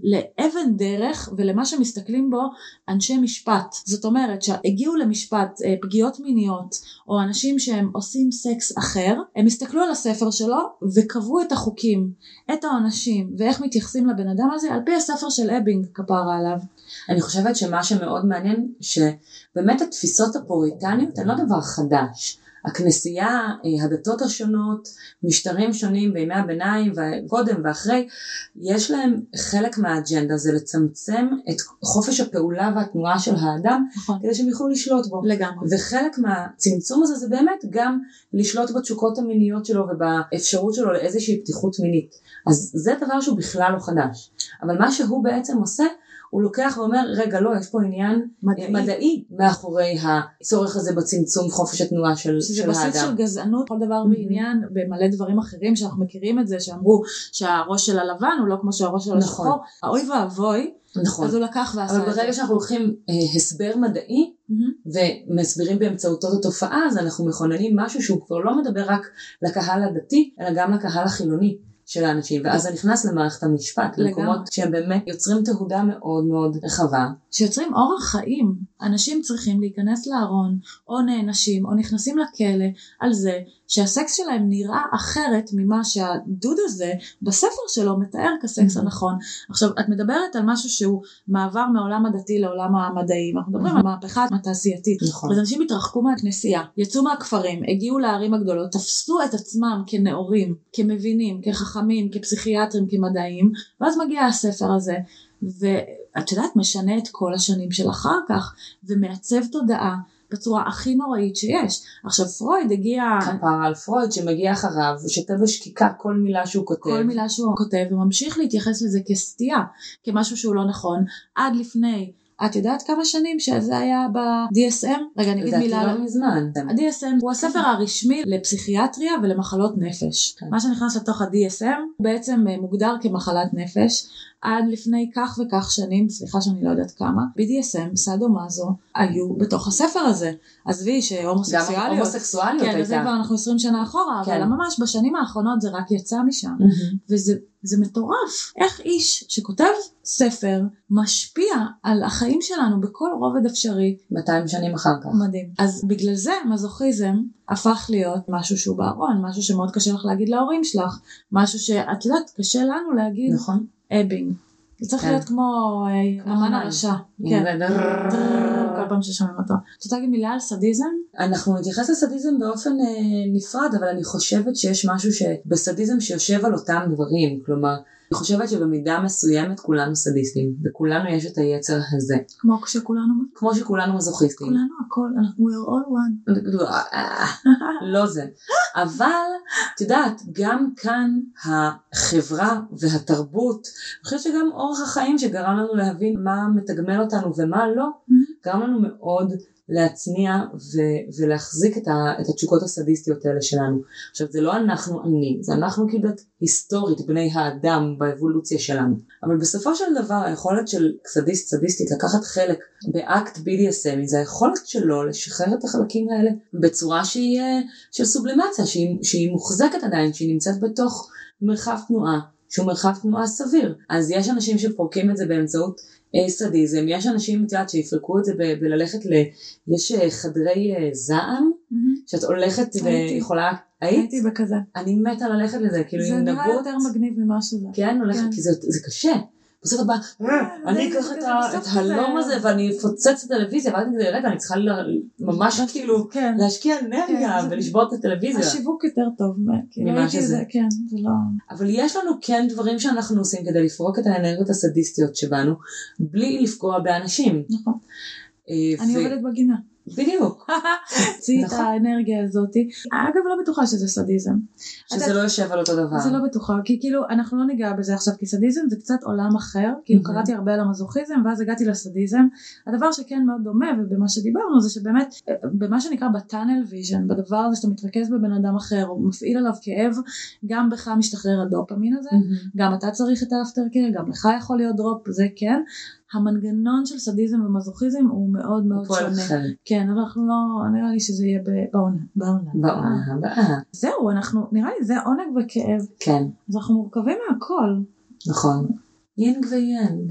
לאבן דרך, ולמה שמסתכלים בו אנשי משפט. זאת אומרת שהגיעו למשפט פגיעות מיניות, או אנשים שהם עושים סקס אחר, הם הסתכלו על הספר שלו, וקבעו את החוקים, את העונשים, ואיך מתייחסים לבן אדם הזה, על פי הספר של אבינג כפרה עליו. אני חושבת שמה שמאוד מעניין, שבאמת התפיסות הפוריטניות הן לא דבר חדש. הכנסייה, הדתות השונות, משטרים שונים בימי הביניים וקודם ואחרי, יש להם חלק מהאג'נדה, זה לצמצם את חופש הפעולה והתנועה של האדם, נכון. כדי שהם יוכלו לשלוט בו. לגמרי. וחלק מהצמצום הזה זה באמת גם לשלוט בתשוקות המיניות שלו ובאפשרות שלו לאיזושהי פתיחות מינית. אז זה דבר שהוא בכלל לא חדש. אבל מה שהוא בעצם עושה, הוא לוקח ואומר, רגע, לא, יש פה עניין מדעי, מדעי מאחורי הצורך הזה בצמצום חופש התנועה של, של האדם. שזה בסיס של גזענות, כל דבר בעניין, במלא דברים אחרים שאנחנו מכירים את זה, שאמרו שהראש של הלבן הוא לא כמו שהראש של השחור, נכון. האוי ואבוי, נכון. אז הוא לקח ועשה את זה. אבל ברגע שאנחנו לוקחים אה, הסבר מדעי, mm-hmm. ומסבירים באמצעותו את התופעה, אז אנחנו מכוננים משהו שהוא כבר לא מדבר רק לקהל הדתי, אלא גם לקהל החילוני. של האנשים, ואז זה נכנס למערכת המשפט, למקומות שהם באמת יוצרים תהודה מאוד מאוד רחבה. שיוצרים אורח חיים. אנשים צריכים להיכנס לארון, או נאנשים, או נכנסים לכלא, על זה שהסקס שלהם נראה אחרת ממה שהדוד הזה בספר שלו מתאר כסקס הנכון. עכשיו, את מדברת על משהו שהוא מעבר מעולם הדתי לעולם המדעי, אנחנו מדברים על מהפכה התעשייתית. אז אנשים התרחקו מהכנסייה, יצאו מהכפרים, הגיעו לערים הגדולות, תפסו את עצמם כנאורים, כמבינים, כחכמים, כפסיכיאטרים, כמדעיים, ואז מגיע הספר הזה, ואת יודעת, משנה את כל השנים של אחר כך, ומעצב תודעה, בצורה הכי נוראית שיש. עכשיו פרויד הגיע... כפר על פרויד שמגיע אחריו ושתה בשקיקה כל מילה שהוא כותב. כל מילה שהוא כותב וממשיך להתייחס לזה כסטייה, כמשהו שהוא לא נכון, עד לפני... את יודעת כמה שנים שזה היה ב-די אס אם? רגע, אני אגיד מילה. זה לא מזמן. ה-די אס אם הוא הספר הרשמי לפסיכיאטריה ולמחלות נפש. מה שנכנס לתוך ה-די אס אם בעצם מוגדר כמחלת נפש. עד לפני כך וכך שנים, סליחה שאני לא יודעת כמה, ב-די אס אם, סאדו מזו, היו בתוך הספר הזה. עזבי שהומוסקסואליות. גם הומוסקסואליות הייתה. כן, וזה כבר אנחנו עשרים שנה אחורה, אבל ממש בשנים האחרונות זה רק יצא משם. וזה זה מטורף. איך איש שכותב ספר משפיע על החיים שלנו בכל רובד אפשרי. מאתיים שנים אחר כך. מדהים. אז בגלל זה מזוכיזם הפך להיות משהו שהוא בארון, משהו שמאוד קשה לך להגיד להורים שלך, משהו שאת יודעת, קשה לנו להגיד. נכון. אבינג. זה צריך להיות כמו אמן הרשע. כן. כל פעם ששומעים אותו. את רוצה להגיד מילה על סדיזם? אנחנו נתייחס לסדיזם באופן נפרד, אבל אני חושבת שיש משהו שבסדיזם שיושב על אותם דברים. כלומר, אני חושבת שבמידה מסוימת כולנו סדיסטים, וכולנו יש את היצר הזה. כמו שכולנו... כמו שכולנו מזוכיסטים. כולנו הכל, אנחנו we're all one. לא זה. אבל, את יודעת, גם כאן החברה והתרבות, אני חושבת שגם אורח החיים שגרם לנו להבין מה מתגמל אותנו ומה לא, גרם לנו מאוד להצניע ו- ולהחזיק את, ה- את התשוקות הסדיסטיות האלה שלנו. עכשיו, זה לא אנחנו אני, זה אנחנו כדת היסטורית, בני האדם באבולוציה שלנו. אבל בסופו של דבר, היכולת של סדיסט, סדיסטית, לקחת חלק באקט בי די אס אם, זה היכולת שלו לשחרר את החלקים האלה בצורה שהיא, של סובלימציה, שהיא, שהיא מוחזקת עדיין, שהיא נמצאת בתוך מרחב תנועה, שהוא מרחב תנועה סביר. אז יש אנשים שפורקים את זה באמצעות אה, סדיזם, יש אנשים יודעת, שיפרקו את זה ב- בללכת ל... יש אה, חדרי אה, זעם, mm-hmm. שאת הולכת ויכולה... היית? הייתי בכזה. אני מתה ללכת לזה, כאילו זה עם נראה נגות. יותר מגניב ממה שזה. כן, הולכת, כי זה, זה קשה. בסוף את באה, אני אקח את הלום הזה ואני אפוצץ את הטלוויזיה, ואני כזה, רגע, אני צריכה ממש כאילו להשקיע אנרגיה ולשבור את הטלוויזיה. השיווק יותר טוב ממה שזה. כן, זה לא... אבל יש לנו כן דברים שאנחנו עושים כדי לפרוק את האנרגיות הסדיסטיות שבנו, בלי לפגוע באנשים. נכון. אני עובדת בגינה. בדיוק. צאי את האנרגיה הזאת. אגב, לא בטוחה שזה סדיזם. שזה לא יושב על אותו דבר. זה לא בטוחה, כי כאילו אנחנו לא ניגע בזה עכשיו, כי סדיזם זה קצת עולם אחר, כאילו קראתי הרבה על המזוכיזם, ואז הגעתי לסדיזם. הדבר שכן מאוד דומה, ובמה שדיברנו, זה שבאמת, במה שנקרא בטאנל ויז'ן, בדבר הזה שאתה מתרכז בבן אדם אחר, הוא מפעיל עליו כאב, גם בך משתחרר הדופמין הזה, גם אתה צריך את האפטר קיר, גם לך יכול להיות דרופ, זה כן. המנגנון של סדיזם ומזוכיזם הוא מאוד מאוד שונה. כן, אבל אנחנו לא, נראה לי שזה יהיה בעונה. בעונה. בעונה הבאה. זהו, אנחנו, נראה לי זה עונג וכאב. כן. אז אנחנו מורכבים מהכל. נכון. יינג ויאנג.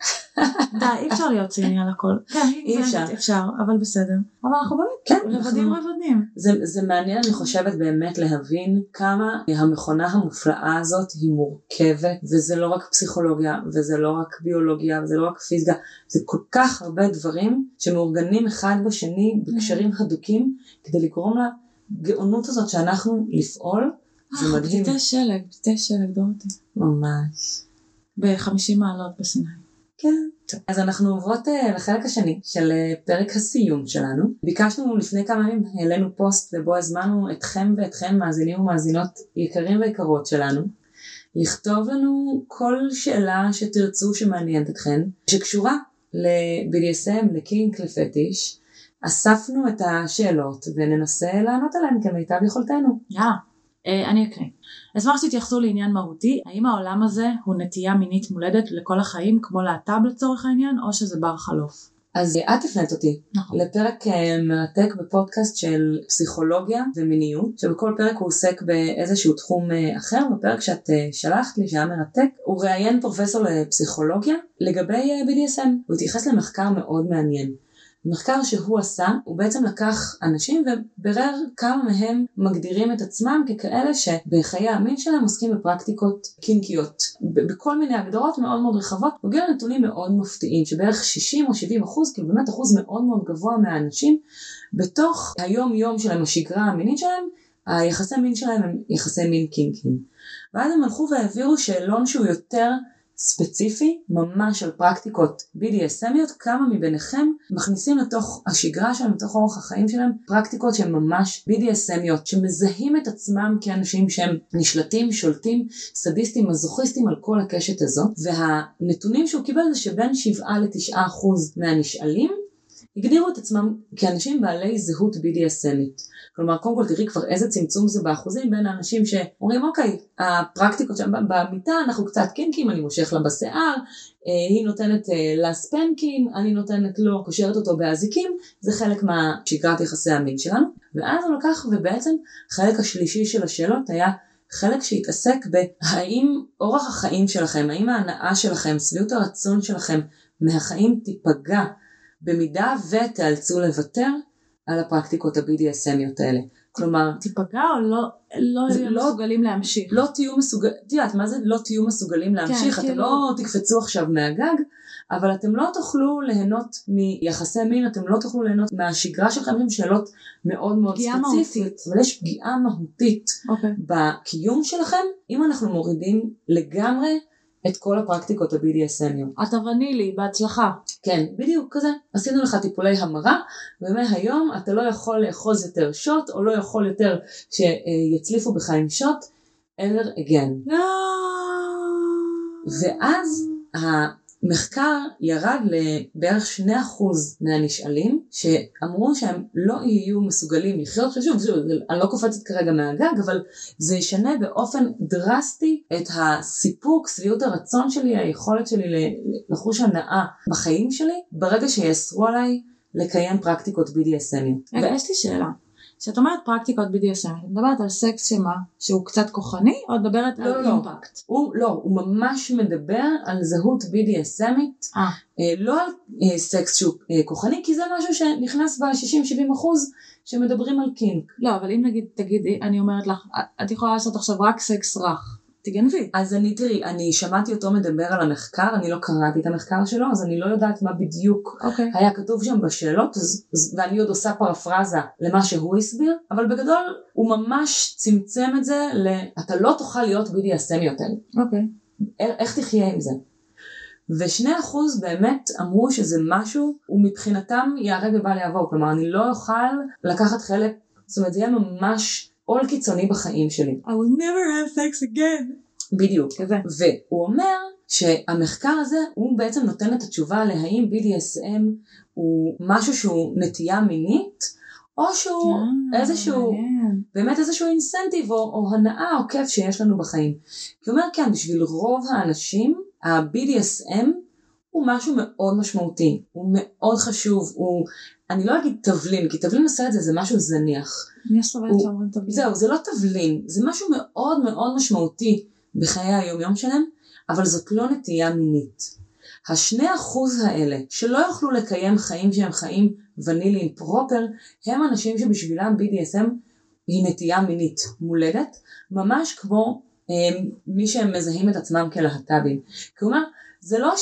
די, אי אפשר להיות ציני על הכל. כן, אי אפשר. אפשר, אבל בסדר. אבל אנחנו באמת רבדים רבדים. זה מעניין, אני חושבת באמת להבין כמה המכונה המופלאה הזאת היא מורכבת, וזה לא רק פסיכולוגיה, וזה לא רק ביולוגיה, וזה לא רק פיזיקה, זה כל כך הרבה דברים שמאורגנים אחד בשני בקשרים הדוקים, כדי לגרום לגאונות הזאת שאנחנו לפעול. זה מדהים. פתיתי שלג, פתיתי שלג, דורתי. ממש. ב-חמישים מעלות בסיני. כן. אז אנחנו עוברות uh, לחלק השני של uh, פרק הסיום שלנו. ביקשנו לפני כמה ימים, העלינו פוסט ובו הזמנו אתכם ואתכם מאזינים ומאזינות יקרים ויקרות שלנו, לכתוב לנו כל שאלה שתרצו שמעניינת אתכן, שקשורה ל-בי די אס אם, לקינק, לפטיש. אספנו את השאלות וננסה לענות עליהן כמיטב יכולתנו. יאה. Uh, אני אקריא. אשמח שתתייחסו לעניין מהותי, האם העולם הזה הוא נטייה מינית מולדת לכל החיים כמו להט"ב לצורך העניין, או שזה בר חלוף? אז את הפנית אותי נכון. לפרק מרתק בפודקאסט של פסיכולוגיה ומיניות, שבכל פרק הוא עוסק באיזשהו תחום אחר. בפרק שאת שלחת לי שהיה מרתק, הוא ראיין פרופסור לפסיכולוגיה לגבי בי די אס אם, הוא התייחס למחקר מאוד מעניין. מחקר שהוא עשה, הוא בעצם לקח אנשים וברר כמה מהם מגדירים את עצמם ככאלה שבחיי המין שלהם עוסקים בפרקטיקות קינקיות. בכל מיני הגדרות מאוד מאוד רחבות, הוא הגיע לנתונים מאוד מפתיעים, שבערך שישים או שבעים אחוז, כאילו באמת אחוז מאוד מאוד גבוה מהאנשים, בתוך היום יום שלהם, השגרה המינית שלהם, היחסי מין שלהם הם יחסי מין קינקיים. ואז הם הלכו והעבירו שאלון שהוא יותר ספציפי, ממש על פרקטיקות בי די אס אמיות, כמה מביניכם מכניסים לתוך השגרה שלהם, לתוך אורח החיים שלהם, פרקטיקות שהן ממש בי די אס אמיות, שמזהים את עצמם כאנשים שהם נשלטים, שולטים, סדיסטים, מזוכיסטים על כל הקשת הזאת, והנתונים שהוא קיבל זה שבין שבעה לתשעה אחוז מהנשאלים, הגדירו את עצמם כאנשים בעלי זהות בי די אס אמית. כלומר, קודם כל תראי כבר איזה צמצום זה באחוזים בין האנשים שאומרים, אוקיי, הפרקטיקות שם במיטה, אנחנו קצת קינקים, אני מושך לה בשיער, היא נותנת לה ספנקים, אני נותנת לו, קושרת אותו באזיקים, זה חלק מהשגרת יחסי המין שלנו. ואז הוא לקח, ובעצם חלק השלישי של השאלות היה חלק שהתעסק בהאם אורח החיים שלכם, האם ההנאה שלכם, סביעות הרצון שלכם מהחיים תיפגע, במידה ותאלצו לוותר על הפרקטיקות ה-בי די אס אמיות האלה. כלומר, תיפגע או לא, לא יהיו לא, מסוגלים להמשיך? לא תהיו מסוגלים, תראית, מה זה לא תהיו מסוגלים להמשיך? כן, אתם כאילו... לא תקפצו עכשיו מהגג, אבל אתם לא תוכלו ליהנות מיחסי מין, אתם לא תוכלו ליהנות מהשגרה שלכם, עם שאלות מאוד מאוד ספציפית. אבל יש פגיעה מהותית okay. בקיום שלכם, אם אנחנו מורידים לגמרי את כל הפרקטיקות ה-בי די אס אמיות. אתה ונילי, בהצלחה. כן, בדיוק כזה. עשינו לך טיפולי המרה, ומהיום אתה לא יכול לאחוז יותר שוט, או לא יכול יותר שיצליפו בך עם שוט, ever again. לא. ואז המחקר ירד לבערך שני אחוז מהנשאלים, שאמרו שהם לא יהיו מסוגלים לחיות, שוב, שוב, אני לא קופצת כרגע מהגג, אבל זה ישנה באופן דרסטי את הסיפוק, סביעות הרצון שלי, היכולת שלי לחוש הנאה בחיים שלי, ברגע שיאסרו עליי לקיים פרקטיקות בי די אס אמיות. רגע, יש לי שאלה. שאת אומרת פרקטיקות בי די אס אם, את מדברת על סקס שמה, שהוא קצת כוחני, או את מדברת לא, על לא. אימפקט? הוא, לא, הוא ממש מדבר על זהות בי די אס אמית, אה. לא על אה, סקס שהוא אה, כוחני, כי זה משהו שנכנס ב-שישים שבעים אחוז שמדברים על קינק. לא, אבל אם נגיד, תגידי, אני אומרת לך, את יכולה לעשות עכשיו רק סקס רך, תגנבי. אז אני, תראי, אני שמעתי אותו מדבר על המחקר, אני לא קראתי את המחקר שלו, אז אני לא יודעת מה בדיוק אוקיי. היה כתוב שם בשאלות, אז, אז, ואני עוד עושה פרפרזה למה שהוא הסביר, אבל בגדול הוא ממש צמצם את זה ל... אתה לא תוכל להיות בי די אס אם יותר. אוקיי. איך תחיה עם זה? ושני אחוז באמת אמרו שזה משהו, ומבחינתם יערב ובל יעבור, כלומר אני לא אוכל לקחת חלק, זאת אומרת זה יהיה ממש עול קיצוני בחיים שלי. I will never have sex again. בדיוק. כזה. והוא אומר שהמחקר הזה הוא בעצם נותן את התשובה להאם בי די אס אם הוא משהו שהוא נטייה מינית, או שהוא yeah, איזשהו, yeah. באמת איזשהו אינסנטיב או, או הנאה או כיף שיש לנו בחיים. כי הוא אומר כן, בשביל רוב האנשים, ה-בי די אס אם הוא משהו מאוד משמעותי, הוא מאוד חשוב, הוא, אני לא אגיד תבלין, כי תבלין עושה את זה, זה משהו זניח. מי סובלת שאומרים תבלין? זהו, זה לא תבלין, זה משהו מאוד מאוד משמעותי בחיי היום יום שלהם, אבל זאת לא נטייה מינית. השני אחוז האלה, שלא יוכלו לקיים חיים שהם חיים וניליים פרופר, הם אנשים שבשבילם בי די אס אם היא נטייה מינית מולדת, ממש כמו אה, מי שהם מזהים את עצמם כלהט"בים. כלומר, זה לא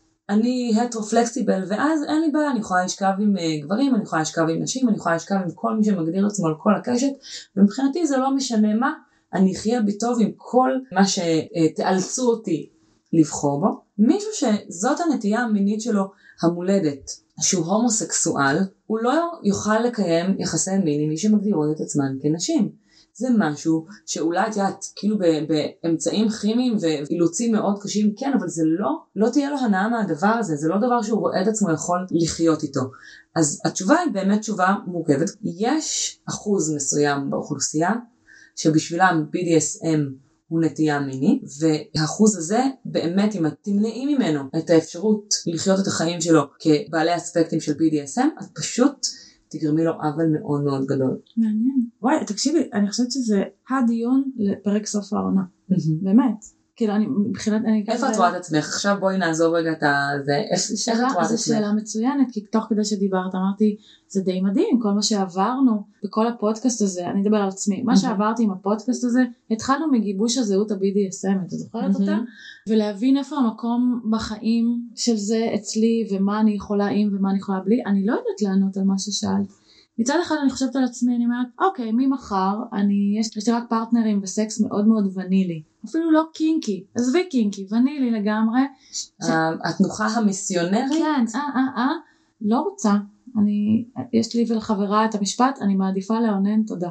שאני הטרו-פלקסיבל, ואז אין לי בעיה, אני יכולה לשכב עם uh, גברים, אני יכולה לשכב עם נשים, אני יכולה לשכב עם כל מי שמגדיר עצמו על כל הקשת, ומבחינתי זה לא משנה מה, אני אחיה בטוב עם כל מה שתאלצו אותי לבחור בו. מישהו שזאת הנטייה המינית שלו המולדת, שהוא הומוסקסואל, הוא לא יוכל לקיים יחסי מין עם מי שמגדירות את עצמן כנשים. זה משהו שאולי את יודעת, כאילו באמצעים כימיים ואילוצים מאוד קשים, כן, אבל זה לא, לא תהיה לו הנאה מהדבר הזה, זה לא דבר שהוא רואה את עצמו יכול לחיות איתו. אז התשובה היא באמת תשובה מורכבת. יש אחוז מסוים באוכלוסייה, שבשבילם בי די אס אם הוא נטייה מינית, והאחוז הזה באמת אם את תמנעי ממנו את האפשרות לחיות את החיים שלו כבעלי אספקטים של בי די אס אם, את פשוט תגרמי לו עוול מאוד מאוד גדול. מעניין. וואי, תקשיבי, אני חושבת שזה הדיון לפרק סוף העונה. באמת. כאילו, אני, מבחינת, אני... איפה את רואה את עצמך? עכשיו בואי נעזוב רגע את זה. איך את רואה את עצמך? זו שאלה מצוינת, כי תוך כדי שדיברת, אמרתי, זה די מדהים, כל מה שעברנו בכל הפודקאסט הזה, אני אדבר על עצמי, מה שעברתי עם הפודקאסט הזה, התחלנו מגיבוש הזהות ה-בי די אס אם, אתה זוכרת אותה? ולהבין איפה המקום בחיים של זה אצלי, ומה אני יכולה עם ומה אני יכולה בלי, אני לא יודעת לענות על מה ששאלת. מצד אחד אני חושבת על עצמי, אני אומרת, אוקיי, ממחר, אני, יש, יש לי רק פרטנרים וסקס מאוד מאוד ונילי. אפילו לא קינקי, עזבי קינקי, ונילי לגמרי. ש... התנוחה המיסיונרית? כן, אה, אה, אה, לא רוצה. אני, יש לי ולחברה את המשפט, אני מעדיפה לאונן, תודה.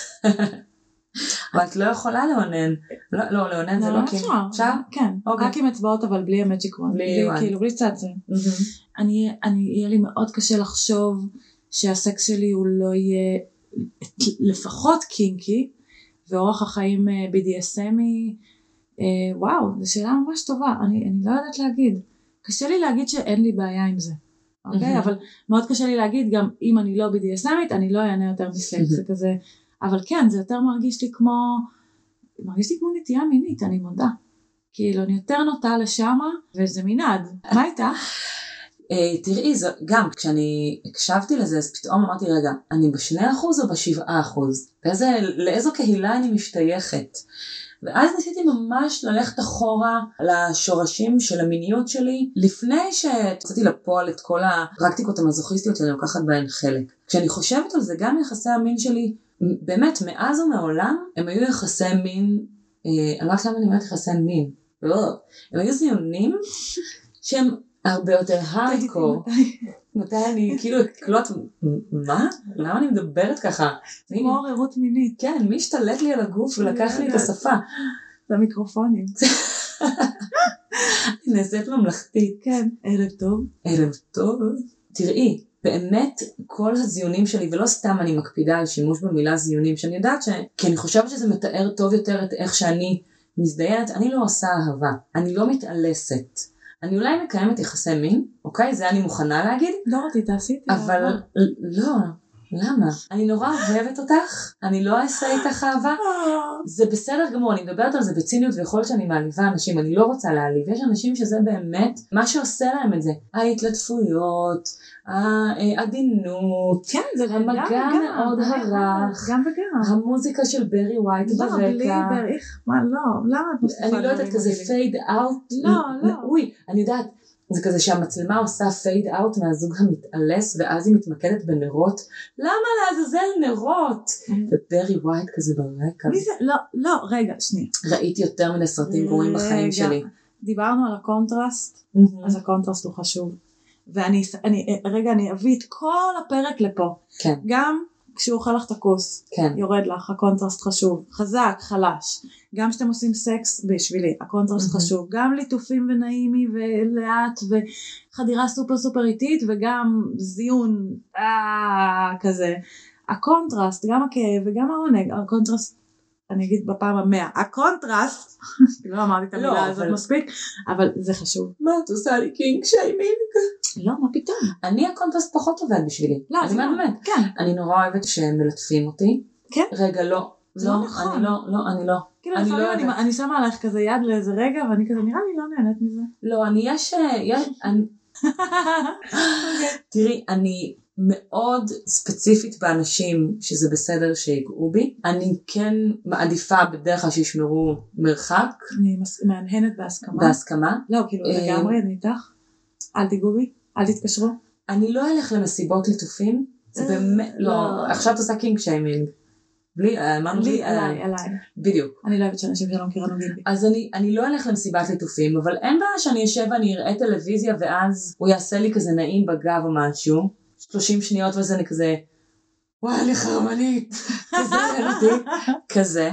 אבל את לא יכולה לאונן. לא, לא, לאונן זה לא קינקי. אפשר? כן, רק עם אצבעות, אבל בלי המג'יק וואן. כאילו, בלי צעצועים. אני, אני, יהיה לי מאוד קשה לחשוב שהסקס שלי הוא לא יהיה לפחות קינקי, ואורח החיים בי די אס אמי, וואו, זו שאלה ממש טובה, אני, אני לא יודעת להגיד. קשה לי להגיד שאין לי בעיה עם זה, אוקיי? אבל מאוד קשה לי להגיד גם אם אני לא בי די אס אמית, אני לא אענה יותר מסקס, זה כזה, אבל כן, זה יותר מרגיש לי כמו, מרגיש לי כמו נטייה מינית, אני מודה. כאילו, אני יותר נוטה לשמה, וזה מנעד. מה הייתה? Uh, תראי, זו, גם כשאני הקשבתי לזה, אז פתאום אמרתי, רגע, אני בשני אחוז או בשבעה אחוז? באיזה, לאיזו קהילה אני משתייכת? ואז ניסיתי ממש ללכת אחורה לשורשים של המיניות שלי, לפני שצאתי לפועל את כל הפרקטיקות המזוכיסטיות שאני לוקחת בהן חלק. כשאני חושבת על זה, גם יחסי המין שלי, באמת, מאז ומעולם, הם היו יחסי מין, אה, אני לא יודעת למה אני אומרת יחסי מין, לא, הם היו זיונים שהם הרבה יותר הארדקור. מתי אני כאילו קלוט, מה? למה אני מדברת ככה? כמו עוררות מינית. כן, מי השתלט לי על הגוף ולקח לי את השפה? זה המיקרופונים. אני נעשית ממלכתית. כן, ערב טוב. ערב טוב. תראי, באמת כל הזיונים שלי, ולא סתם אני מקפידה על שימוש במילה זיונים, שאני יודעת ש... כי אני חושבת שזה מתאר טוב יותר את איך שאני מזדיינת, אני לא עושה אהבה, אני לא מתעלסת. אני אולי מקיימת יחסי מין, אוקיי? זה אני מוכנה להגיד. לא רציתי, עשיתי. אבל לא, למה? אני נורא אוהבת אותך, אני לא אעשה איתך אהבה, זה בסדר גמור, אני מדברת על זה בציניות, ויכול שאני מעליבה אנשים, אני לא רוצה להעליב, יש אנשים שזה באמת, מה שעושה להם את זה, ההתלטפויות, העדינות, כן, זה המגע מאוד הרך, גם וגם, המוזיקה של ברי ווייט ברקע, לא, בלי ברי, מה, לא, למה את מוסיפה? אני לא יודעת, כזה פייד אאוט, לא, לא, אוי, אני יודעת, זה כזה שהמצלמה עושה פייד אאוט מהזוג המתעלס, ואז היא מתמקדת בנרות. למה לעזאזל נרות? וברי ווייט כזה ברקע. מי זה? לא, לא, רגע, שנייה. ראיתי יותר מן סרטים גרועים בחיים שלי. דיברנו על הקונטרסט, אז הקונטרסט הוא חשוב. ואני, רגע, אני אביא את כל הפרק לפה. כן. גם כשהוא אוכל לך את הכוס, כן. יורד לך, הקונטרסט חשוב. חזק, חלש. גם שאתם עושים סקס בשבילי, הקונטרסט חשוב. גם ליטופים ונעימי ולאט וחדירה סופר סופר איטית, וגם זיון אה, כזה. הקונטרסט, גם הכאב וגם העונג, הקונטרסט, אני אגיד בפעם המאה, הקונטרסט, לא אמרתי את המילה הזאת מספיק, אבל זה חשוב. מה את עושה לי קינג שיימינג? לא, מה פתאום? אני הקונטרסט פחות עובד בשבילי. לא, אני באמת, כן. אני נורא אוהבת שהם מלטפים אותי. כן? רגע, לא. זה לא נכון. אני לא, לא, אני לא. כאילו, לפעמים אני שמה עליך כזה יד לאיזה רגע, ואני כזה, נראה לי לא נהנית מזה. לא, אני יש, תראי, אני מאוד ספציפית באנשים שזה בסדר שיגעו בי. אני כן מעדיפה בדרך כלל שישמרו מרחק. אני מהנהנת בהסכמה. בהסכמה. לא, כאילו, לגמרי, אני איתך. אל תיגעו בי, אל תתקשרו. אני לא אלך למסיבות ליטופים. זה באמת, לא, עכשיו אתה עושה קינג שיימינג. בלי, אמרנו בלי, עליי, עליי. בדיוק. אני לא אוהבת שאנשים שלא מכירה נוגעים בי. אז אני, אני לא אלך למסיבת ליטופים, אבל אין בעיה שאני אשב ואני אראה טלוויזיה, ואז הוא יעשה לי כזה נעים בגב או משהו, שלושים שניות וזה אני כזה, וואי, לי חרמנית, כזה, כזה.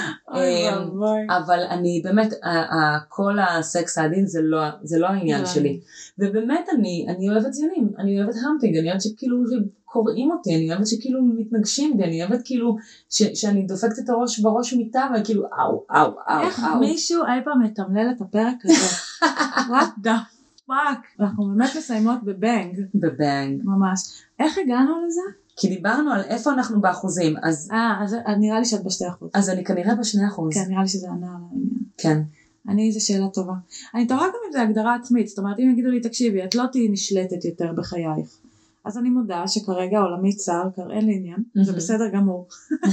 אבל אני באמת, כל הסקס העדין זה לא, זה לא העניין שלי. ובאמת אני, אני אוהבת זיונים, אני אוהבת המפינג, אני אוהבת שכאילו קוראים אותי, אני אוהבת שכאילו מתנגשים בי, אני אוהבת כאילו שאני דופקת את הראש בראש מיטה, וכאילו אאו, אאו, אאו. איך מישהו אי פעם מתמלל את הפרק הזה? What the fuck? אנחנו באמת מסיימות בבנג. בבנג. ממש. איך הגענו לזה? כי דיברנו על איפה אנחנו באחוזים, אז... אה, אז נראה לי שאת בשתי אחוז. אז אני כנראה בשני אחוז. כן, נראה לי שזה ענה על העניין. כן. אני, זו שאלה טובה. אני תוהה גם אם זה הגדרה עצמית, זאת אומרת, אם יגידו לי, תקשיבי, את לא תהיי נשלטת יותר בחייך. אז אני מודה שכרגע עולמי צער, אין לי עניין, זה בסדר גמור.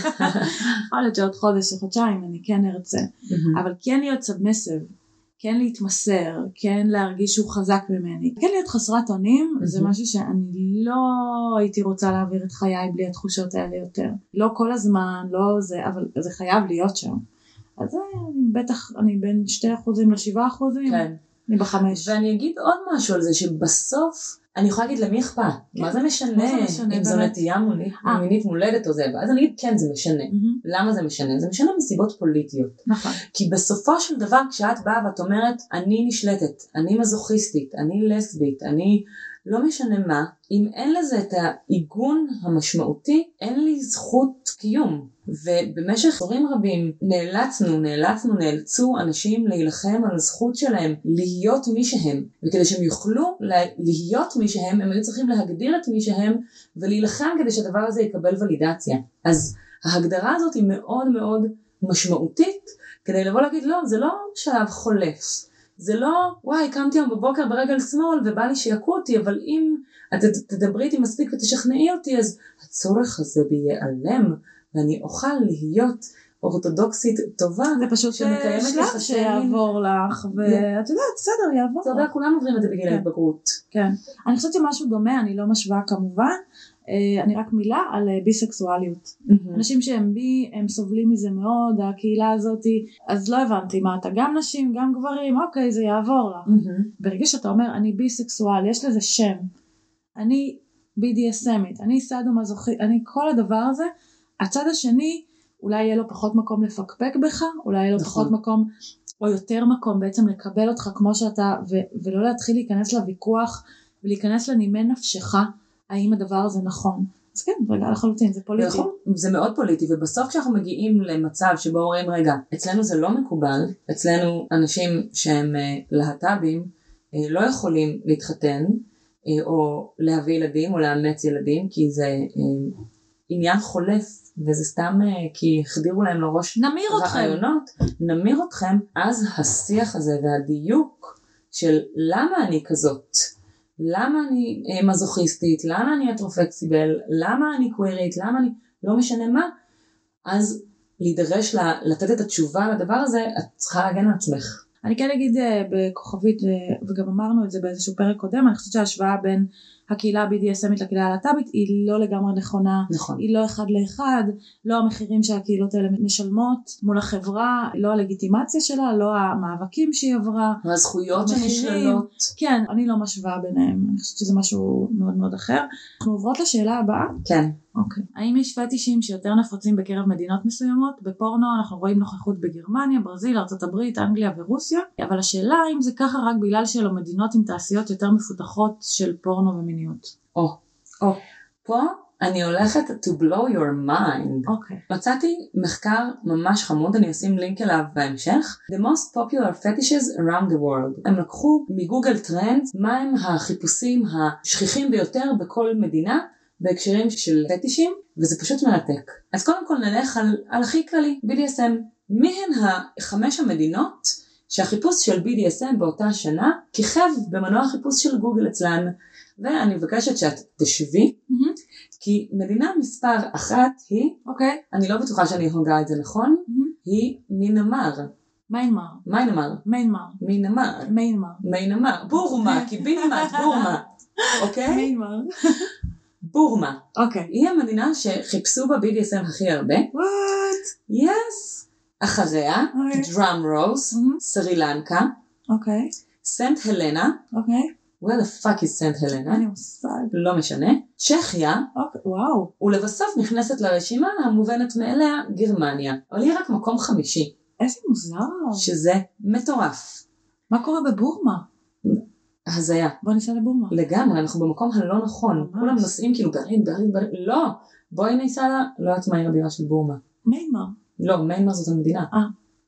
יכול להיות שעוד חודש או חודשיים אני כן ארצה, אבל כן להיות סאבמיסיב, כן להתמסר, כן להרגיש שהוא חזק ממני, כן להיות חסרת אונים, זה משהו שאני לא הייתי רוצה להעביר את חיי בלי התחושות האלה יותר. לא כל הזמן, לא זה, אבל זה חייב להיות שם. אז אני בטח, אני בין שתי אחוזים לשבעה אחוזים, כן. אני בחמש. ואני אגיד עוד משהו על זה, שבסוף, אני יכולה להגיד למי אכפת, כן. מה זה משנה, מה זה משנה אם זו נטייה מינית מולדת או זה, ואז אני אגיד כן זה משנה, mm-hmm. למה זה משנה? זה משנה מסיבות פוליטיות, נכון. כי בסופו של דבר כשאת באה ואת אומרת, אני נשלטת, אני מזוכיסטית, אני לסבית, אני לא משנה מה, אם אין לזה את העיגון המשמעותי, אין לי זכות קיום. ובמשך עשורים רבים נאלצנו, נאלצנו, נאלצו אנשים להילחם על הזכות שלהם להיות מי שהם. וכדי שהם יוכלו להיות מי שהם, הם היו צריכים להגדיר את מי שהם, ולהילחם כדי שהדבר הזה יקבל ולידציה. אז ההגדרה הזאת היא מאוד מאוד משמעותית, כדי לבוא להגיד, לא, זה לא שלב חולף. זה לא, וואי, קמתי היום בבוקר ברגל שמאל ובא לי שיקו אותי, אבל אם את תדברי איתי מספיק ותשכנעי אותי, אז הצורך הזה ייעלם, ואני אוכל להיות אורתודוקסית טובה. זה פשוט שלב שיעבור לך, ואת יודעת, בסדר, יעבור. אתה יודע, כולם עוברים את זה בגיל ההתבגרות. כן. אני חושבת שמשהו דומה, אני לא משווה כמובן, אני רק מילה על ביסקסואליות. אנשים שהם בי, הם סובלים מזה מאוד, הקהילה הזאת, אז לא הבנתי מה אתה, גם נשים, גם גברים, אוקיי, זה יעבור לך. ברגע שאתה אומר, אני ביסקסואל, יש לזה שם, אני בי די אס אמית, אני סאדו-מזוכית, אני כל הדבר הזה, הצד השני, אולי יהיה לו פחות מקום לפקפק בך, אולי יהיה לו פחות מקום, או יותר מקום בעצם לקבל אותך כמו שאתה, ולא להתחיל להיכנס לוויכוח, ולהיכנס לנימי נפשך, האם הדבר הזה נכון. אז כן, רגע, לחלוטין, זה פוליטי. נכון, זה מאוד פוליטי, ובסוף כשאנחנו מגיעים למצב שבו אומרים, רגע, אצלנו זה לא מקובל, אצלנו אנשים שהם להט"בים לא יכולים להתחתן, או להביא ילדים או לאמץ ילדים, כי זה עניין חולף, וזה סתם כי החדירו להם לראש נמיר רעיונות, נמיר אתכם, אז השיח הזה והדיוק של למה אני כזאת, למה אני מזוכיסטית, למה אני אטרופקסיבל, למה אני קווירית, למה אני, לא משנה מה, אז להידרש לתת את התשובה לדבר הזה, את צריכה להגן על עצמך. אני כן אגיד בכוכבית, וגם אמרנו את זה באיזשהו פרק קודם, אני חושבת שההשוואה בין הקהילה ה-בי די אס אמית לקהילה הלהט"בית היא לא לגמרי נכונה, נכון. היא לא אחד לאחד, לא המחירים שהקהילות האלה משלמות מול החברה, לא הלגיטימציה שלה, לא המאבקים שהיא עברה, והזכויות שנשללות. כן, אני לא משוואה ביניהם, אני חושבת שזה משהו מאוד מאוד אחר. אנחנו עוברות לשאלה הבאה. כן. אוקיי. האם יש פטישים שיותר נפוצים בקרב מדינות מסוימות? בפורנו אנחנו רואים נוכחות בגרמניה, ברזיל, ארצות הברית, אנגליה ורוסיה, אבל השאלה האם זה ככה רק בגלל שאלו מדינות עם תעשיות יותר מפותחות של פורנו ומיניות. או, או. פה אני הולכת to blow your mind. אוקיי. מצאתי מחקר ממש חמוד, אני אשים לינק אליו בהמשך. The most popular fetishes around the world. הם לקחו מגוגל טרנדס מהם החיפושים השכיחים ביותר בכל מדינה, בהקשרים של פטישים, וזה פשוט מרתק. אז קודם כל נלך על, על הכי כללי, בי די אס אם. מהן החמש המדינות שהחיפוש של בי די אס אם באותה שנה כיכב במנוע החיפוש של גוגל אצלן, ואני מבקשת שאת תשבי, mm-hmm. כי מדינה מספר אחת היא, אוקיי, okay. אני לא בטוחה שאני הוגה את זה נכון, mm-hmm. היא מיינמר. מיינמר. מיינמר. מיינמר. מיינמר. מיינמר. מיינמר. בורמה, קיבינימט, בורמה. אוקיי? מיינמר. בורמה. אוקיי. היא המדינה שחיפשו ב-בי די אס אם הכי הרבה. What? Yes. אחריה, דראם רוז, סרילנקה. אוקיי. סנט הלנה. אוקיי. Where the fuck is סנט הלנה? אני מושג. לא משנה. צ'כיה. אוקיי, וואו. ולבסוף נכנסת לרשימה המובנת מאליה גרמניה. אבל היא רק מקום חמישי. איזה מוזר. שזה מטורף. מה קורה בבורמה? הזיה. בוא ניסע לבורמה. לגמרי, אנחנו במקום הלא נכון. כולם נוסעים כאילו ברלין, ברלין, ברלין. לא, בואי ניסע לה, לא יודעת מה היא הבירה של בורמה. מיינמר. לא, מיינמר זאת המדינה. אה.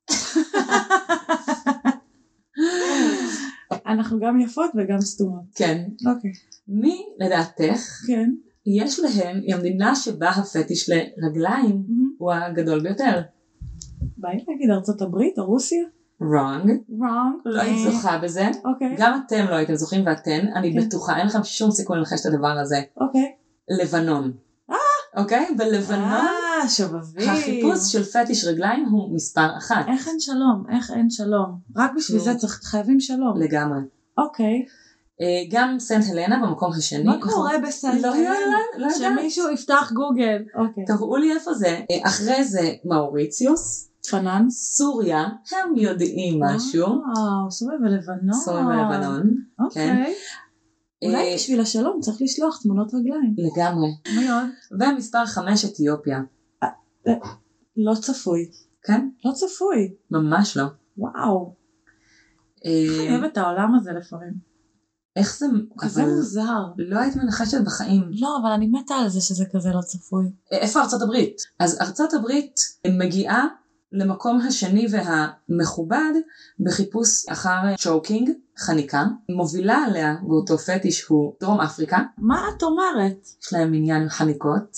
אנחנו גם יפות וגם סתומות. כן. אוקיי. מי לדעתך, כן. יש להם, היא המדינה שבה הפטיש לרגליים הוא הגדול ביותר. באי להגיד ארצות הברית או רוסיה? wrong. wrong. לא היית זוכה בזה. אוקיי. גם אתם לא הייתם זוכים ואתן, אני בטוחה, אין לכם שום סיכוי לנחש את הדבר הזה. אוקיי. לבנון. אוקיי? בלבנון, שובבים. החיפוש של פטיש רגליים הוא מספר אחת. איך אין שלום? איך אין שלום? רק בשביל זה צריך, חייבים שלום. לגמרי. אוקיי. גם סנט הלנה במקום השני. מה קורה בסנט הלנה? שמישהו יפתח גוגל. אוקיי. תראו לי איפה זה. אחרי זה מאוריציוס. פנן. סוריה. הם יודעים משהו. וואו, סוריה ולבנון. סוריה ולבנון. אוקיי. אולי בשביל השלום צריך לשלוח תמונות רגליים. לגמרי. מאוד. ומספר חמש אתיופיה. לא צפוי. כן? לא צפוי. ממש לא. וואו. איך אני אוהבת את העולם הזה לפעמים. איך זה... כזה מוזר. לא היית מנחשת בחיים. לא, אבל אני מתה על זה שזה כזה לא צפוי. איפה ארצות הברית? אז ארצות הברית מגיעה למקום השני והמכובד בחיפוש אחר צ'וקינג, חניקה. מובילה עליה באותו פטיש הוא דרום אפריקה. מה את אומרת? יש להם עניין עם חניקות.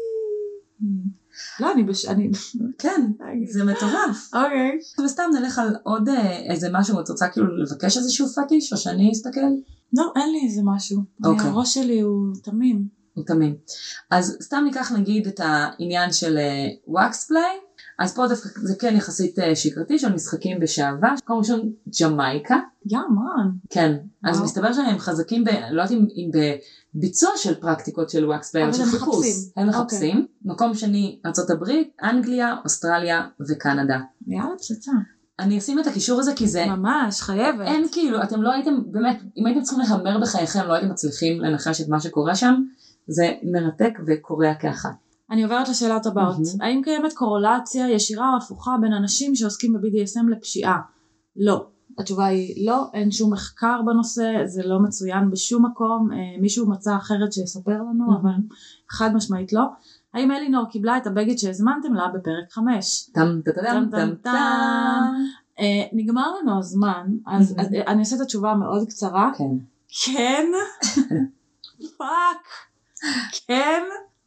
לא, אני בש... אני... כן, זה מטורף. אוקיי. וסתם נלך על עוד איזה משהו, את רוצה כאילו לבקש איזשהו פטיש, או שאני אסתכל? לא, אין לי איזה משהו. הראש שלי הוא תמים. הוא תמים. אז סתם ניקח נגיד את העניין של וואקס פליי, אז פה דווקא זה כן יחסית שגרתי של משחקים בשעבה, כמו ראשון ג'מייקה. יאמן. כן, אז מסתבר שהם חזקים, לא יודעת אם בביצוע של פרקטיקות של וואקס פליי, אבל הם מחפשים. הם מחפשים. מקום שני, ארצות הברית, אנגליה, אוסטרליה וקנדה. יאללה, פצצה. אני אשים את הקישור הזה כי זה... ממש, חייבת. אין כאילו, אתם לא הייתם, באמת, אם הייתם צריכים להמר בחייכם, לא הייתם מצליחים לנחש את מה שקורה שם, זה מרתק וקורע כאחת. אני עוברת לשאלת הבאות. האם קיימת קורולציה ישירה או הפוכה בין אנשים שעוסקים ב-בי די אס אם לפשיעה? לא. התשובה היא לא, אין שום מחקר בנושא, זה לא מצוין בשום מקום, מישהו מצא אחרת שיספר לנו, אבל חד משמעית לא. האם אלינור קיבלה את הבגד שהזמנתם לה בפרק חמש? טם טם טם טם טם. נגמר לנו הזמן, אז אני אעשה את התשובה מאוד קצרה. כן. כן, פאק, כן,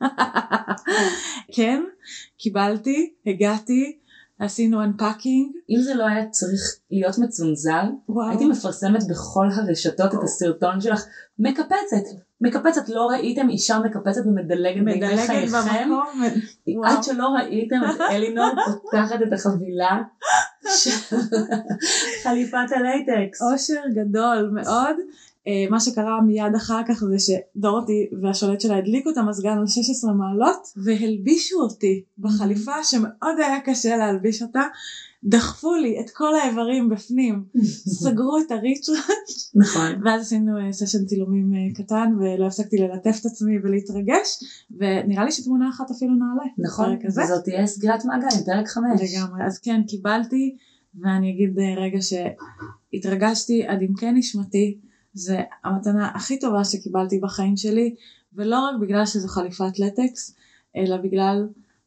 כן, קיבלתי, הגעתי, עשינו unpacking. אם זה לא היה צריך להיות מצונזל, וואו. הייתי מפרסמת בכל הרשתות את הסרטון שלך, מקפצת, מקפצת, לא ראיתם אישה מקפצת ומדלגת בימי חייכם, עד שלא ראיתם את אלינור פותחת את החבילה של חליפת הלייטקס. אושר גדול מאוד. מה שקרה מיד אחר כך זה שדורתי והשולט שלה הדליקו את המזגן על שש עשרה מעלות והלבישו אותי בחליפה שמאוד היה קשה להלביש אותה, דחפו לי את כל האיברים בפנים, סגרו את הריצ'ראץ', נכון. ואז עשינו סשן צילומים קטן ולא הפסקתי ללטף את עצמי ולהתרגש, ונראה לי שתמונה אחת אפילו נעלה. נכון, וזאת תהיה סגירת מעגל עם פרק חמש. לגמרי, אז כן, קיבלתי, ואני אגיד רגע שהתרגשתי עד עמקי נשמתי, זה המתנה הכי טובה שקיבלתי בחיים שלי, ולא רק בגלל שזו חליפת לטקס, אלא בגלל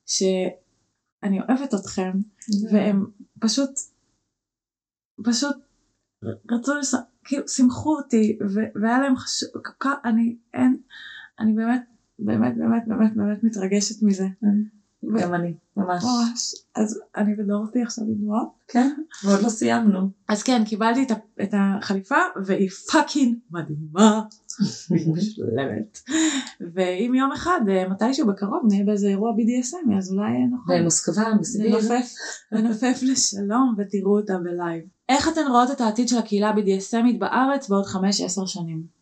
שאני אוהבת אתכם, והם פשוט, פשוט רצו, כאילו, שמחו אותי, והיה להם חשוב, אני, אין, אני באמת, באמת, באמת, באמת, באמת מתרגשת מזה. גם אני, ממש. ממש. אז אני ודורתי עכשיו לדמות. כן, ועוד לא סיימנו. אז כן, קיבלתי את, את החליפה, והיא פאקינג מדהימה. היא מושלמת. ואם יום אחד, מתישהו בקרוב, נהיה באיזה אירוע בי די אס אם, אז אולי נכון. במוסקבה, בסיביר. ננופף, ננופף לשלום, ותראו אותה בלייב. איך אתן רואות את העתיד של הקהילה בי די אס אמית בארץ בעוד חמש עשר שנים?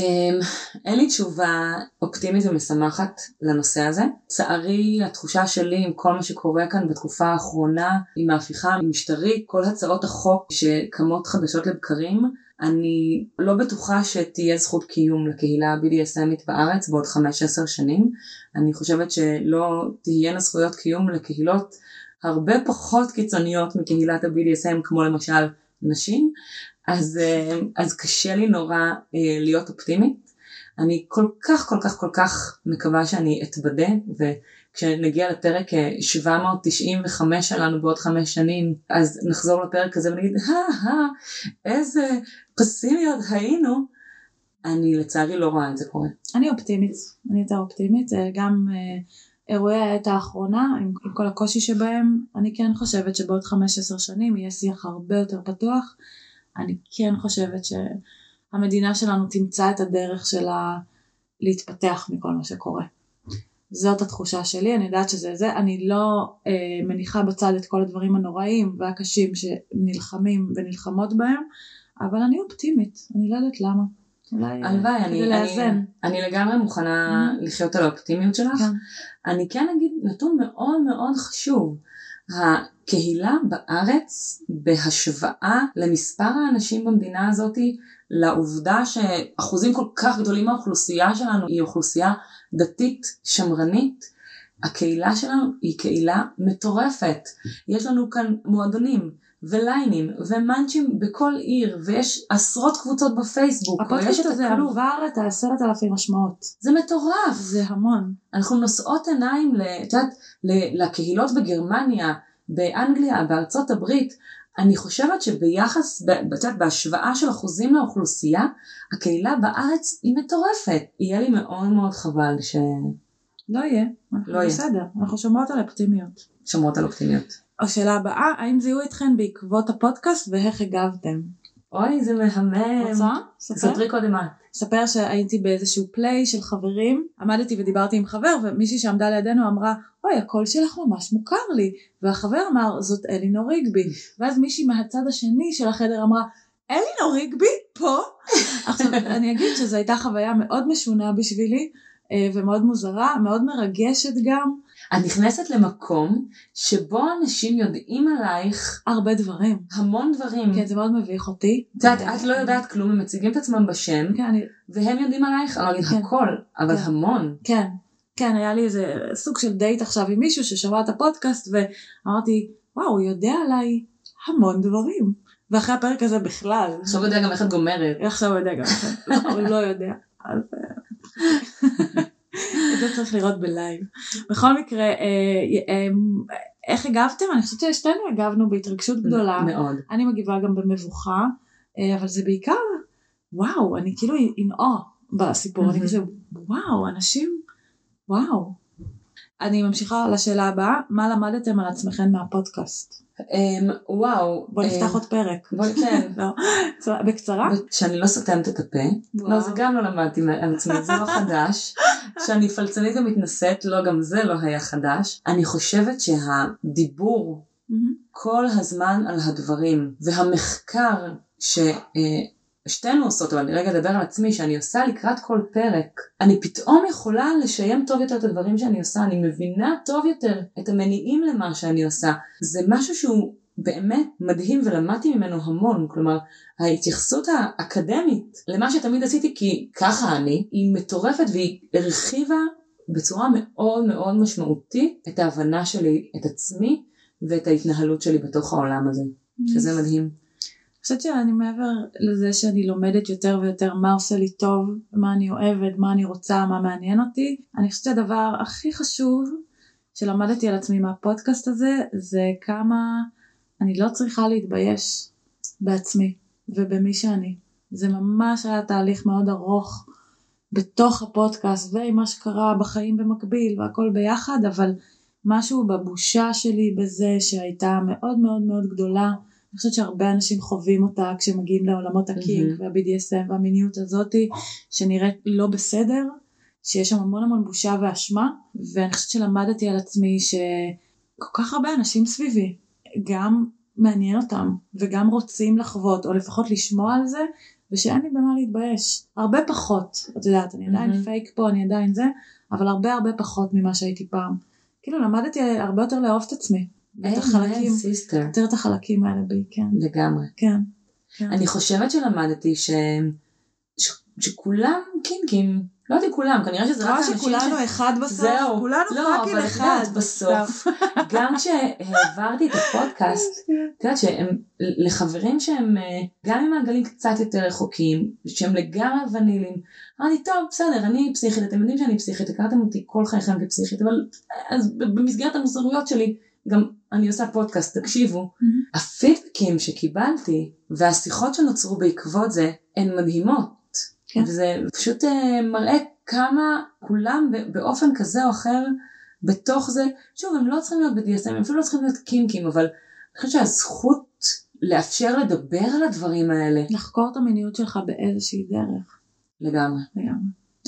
אין לי תשובה אופטימית ומשמחת לנושא הזה. צערי, התחושה שלי עם כל מה שקורה כאן בתקופה האחרונה, עם ההפיכה המשטרית, כל הצעות החוק שקמות חדשות לבקרים, אני לא בטוחה שתהיה זכות קיום לקהילה בי די אס אמית בארץ בעוד חמש עשר שנים. אני חושבת שלא תהיינה זכויות קיום לקהילות הרבה פחות קיצוניות מקהילת ה-בי די אס אם, כמו למשל נשים. אז, אז קשה לי נורא להיות אופטימית. אני כל כך כל כך כל כך מקווה שאני אתבדה, וכשנגיע לפרק שבע מאות תשעים וחמש שלנו בעוד חמש שנים, אז נחזור לפרק הזה ונגיד, הא, איזה פסימיות היינו. אני לצערי לא רואה את זה קורה. אני אופטימית, אני יותר אופטימית, גם אירועי העת האחרונה, עם, עם כל הקושי שבהם, אני כן חושבת שבעוד חמש עשר שנים יהיה שיח הרבה יותר פתוח. אני כן חושבת שהמדינה שלנו תמצא את הדרך שלה להתפתח מכל מה שקורה. זאת התחושה שלי, אני יודעת שזה זה, אני לא אה, מניחה בצד את כל הדברים הנוראים והקשים שנלחמים ונלחמות בהם, אבל אני אופטימית, אני לא יודעת למה. הלוואי, אני, אני, אני לגמרי מוכנה mm-hmm. לחיות על האופטימיות שלך. כן. אני כן אגיד נתון מאוד מאוד חשוב, הקהילה בארץ בהשוואה למספר האנשים במדינה הזאת, לעובדה שאחוזים כל כך גדולים מהאוכלוסייה שלנו היא אוכלוסייה דתית שמרנית, הקהילה שלנו היא קהילה מטורפת. יש לנו כאן מועדונים וליינים ומנצ'ים בכל עיר, ויש עשרות קבוצות בפייסבוק. הפודקאסט הזה עבר את העשרת אלפים משמעות. זה מטורף. זה המון. אנחנו נושאות עיניים לקהילות בגרמניה, באנגליה, בארצות הברית. אני חושבת שביחס, בהשוואה של אחוזים לאוכלוסייה, הקהילה בארץ היא מטורפת. יהיה לי מאוד מאוד חבל ש... לא יהיה. לא יהיה. בסדר, אנחנו שומעות על אופטימיות. שומעות על אופטימיות. השאלה הבאה, האם זיהו אתכן בעקבות הפודקאסט ואיך הגבתם? אוי, זה מהמם. רוצה? ספרי קודם מה. ספר שהייתי באיזשהו פליי של חברים, עמדתי ודיברתי עם חבר, ומישהי שעמדה לידינו אמרה, אוי, הקול שלך ממש מוכר לי, והחבר אמר, זאת אלינור ריגבי, ואז מישהי מהצד השני של החדר אמרה, אלינור ריגבי? פה? עכשיו, אני אגיד שזו הייתה חוויה מאוד משונה בשבילי, ומאוד מוזרה, מאוד מרגשת גם. את נכנסת למקום שבו אנשים יודעים עלייך הרבה דברים. המון דברים. כן, זה מאוד מביך אותי. את, את לא יודעת כלום, הם מציגים את עצמם בשם, כן, אני... והם יודעים עלייך, אני לא אגיד כן. הכל, אבל כן. המון. כן, כן, היה לי איזה סוג של דייט עכשיו עם מישהו ששמע את הפודקאסט, ואמרתי, וואו, הוא יודע עליי המון דברים. ואחרי הפרק הזה בכלל. עכשיו הוא יודע גם איך את גומרת. עכשיו הוא יודע גם איך את, לא, הוא לא יודע. אז... את זה צריך לראות בלייב. בכל מקרה, איך הגבתם? אני חושבת ששתינו הגבנו בהתרגשות גדולה. מאוד. אני מגיבה גם במבוכה, אבל זה בעיקר וואו, אני כאילו in awe בסיפור, אני חושב, וואו, אנשים, וואו. אני ממשיכה לשאלה הבאה, מה למדתם על עצמכם מהפודקאסט? וואו. בוא נפתח עוד פרק. בוא, כן. בקצרה? שאני לא סותמת את הפה. לא, זה גם לא למדתי על עצמי, זה לא חדש. שאני פלצנית ומתנשאת, לא, גם זה לא היה חדש. אני חושבת שהדיבור כל הזמן על הדברים, והמחקר ששתינו עושות, אבל אני רגע אדבר על עצמי, שאני עושה לקראת כל פרק, אני פתאום יכולה לשיים טוב יותר את הדברים שאני עושה, אני מבינה טוב יותר את המניעים למה שאני עושה. זה משהו שהוא באמת מדהים ולמדתי ממנו המון, כלומר ההתייחסות האקדמית למה שתמיד עשיתי כי ככה אני, היא מטורפת והיא הרחיבה בצורה מאוד מאוד משמעותית את ההבנה שלי, את עצמי ואת ההתנהלות שלי בתוך העולם הזה, שזה מדהים. אני חושבת שאני מעבר לזה שאני לומדת יותר ויותר מה עושה לי טוב, מה אני אוהבת, מה אני רוצה, מה מעניין אותי, אני חושבת שהדבר הכי חשוב שלמדתי על עצמי מהפודקאסט הזה, זה כמה אני לא צריכה להתבייש בעצמי ובמי שאני. זה ממש היה תהליך מאוד ארוך בתוך הפודקאסט ועם מה שקרה בחיים במקביל והכל ביחד, אבל משהו בבושה שלי בזה שהייתה מאוד מאוד מאוד גדולה. אני חושבת שהרבה אנשים חווים אותה כשמגיעים לעולמות הקינג mm-hmm. וה-בי די אס אם והמיניות הזאת שנראית לא בסדר, שיש שם המון המון בושה ואשמה, ואני חושבת שלמדתי על עצמי שכל כך הרבה אנשים סביבי גם מעניין אותם וגם רוצים לחוות או לפחות לשמוע על זה, ושאין לי במה להתבייש. הרבה פחות, את יודעת, אני עדיין mm-hmm. פייק פה, אני עדיין זה, אבל הרבה הרבה פחות ממה שהייתי פעם. כאילו למדתי הרבה יותר לאהוב את עצמי. את החלקים, יותר את החלקים האלה בי, כן. לגמרי. כן. אני חושבת שלמדתי שכולם קינקים, לא יודעת כולם, כנראה שזה רק אנשים שכולנו אחד בסוף, זהו, כולנו פאקינג אחד בסוף. גם כשהעברתי את הפודקאסט, את יודעת שלחברים שהם גם עם מעגלים קצת יותר רחוקים, שהם לגמרי ונילים, אמרתי טוב בסדר, אני פסיכית, אתם יודעים שאני פסיכית, הכרתם אותי כל חייכם כפסיכית, אבל אז במסגרת המוסריות שלי, גם אני עושה פודקאסט, תקשיבו, הפידבקים שקיבלתי והשיחות שנוצרו בעקבות זה הן מדהימות. וזה פשוט מראה כמה כולם באופן כזה או אחר בתוך זה, שוב הם לא צריכים להיות ב-די אס אם, הם אפילו לא צריכים להיות קינקים, אבל אני חושבת שהזכות לאפשר לדבר על הדברים האלה. לחקור את המיניות שלך באיזושהי דרך. לגמרי. לגמרי.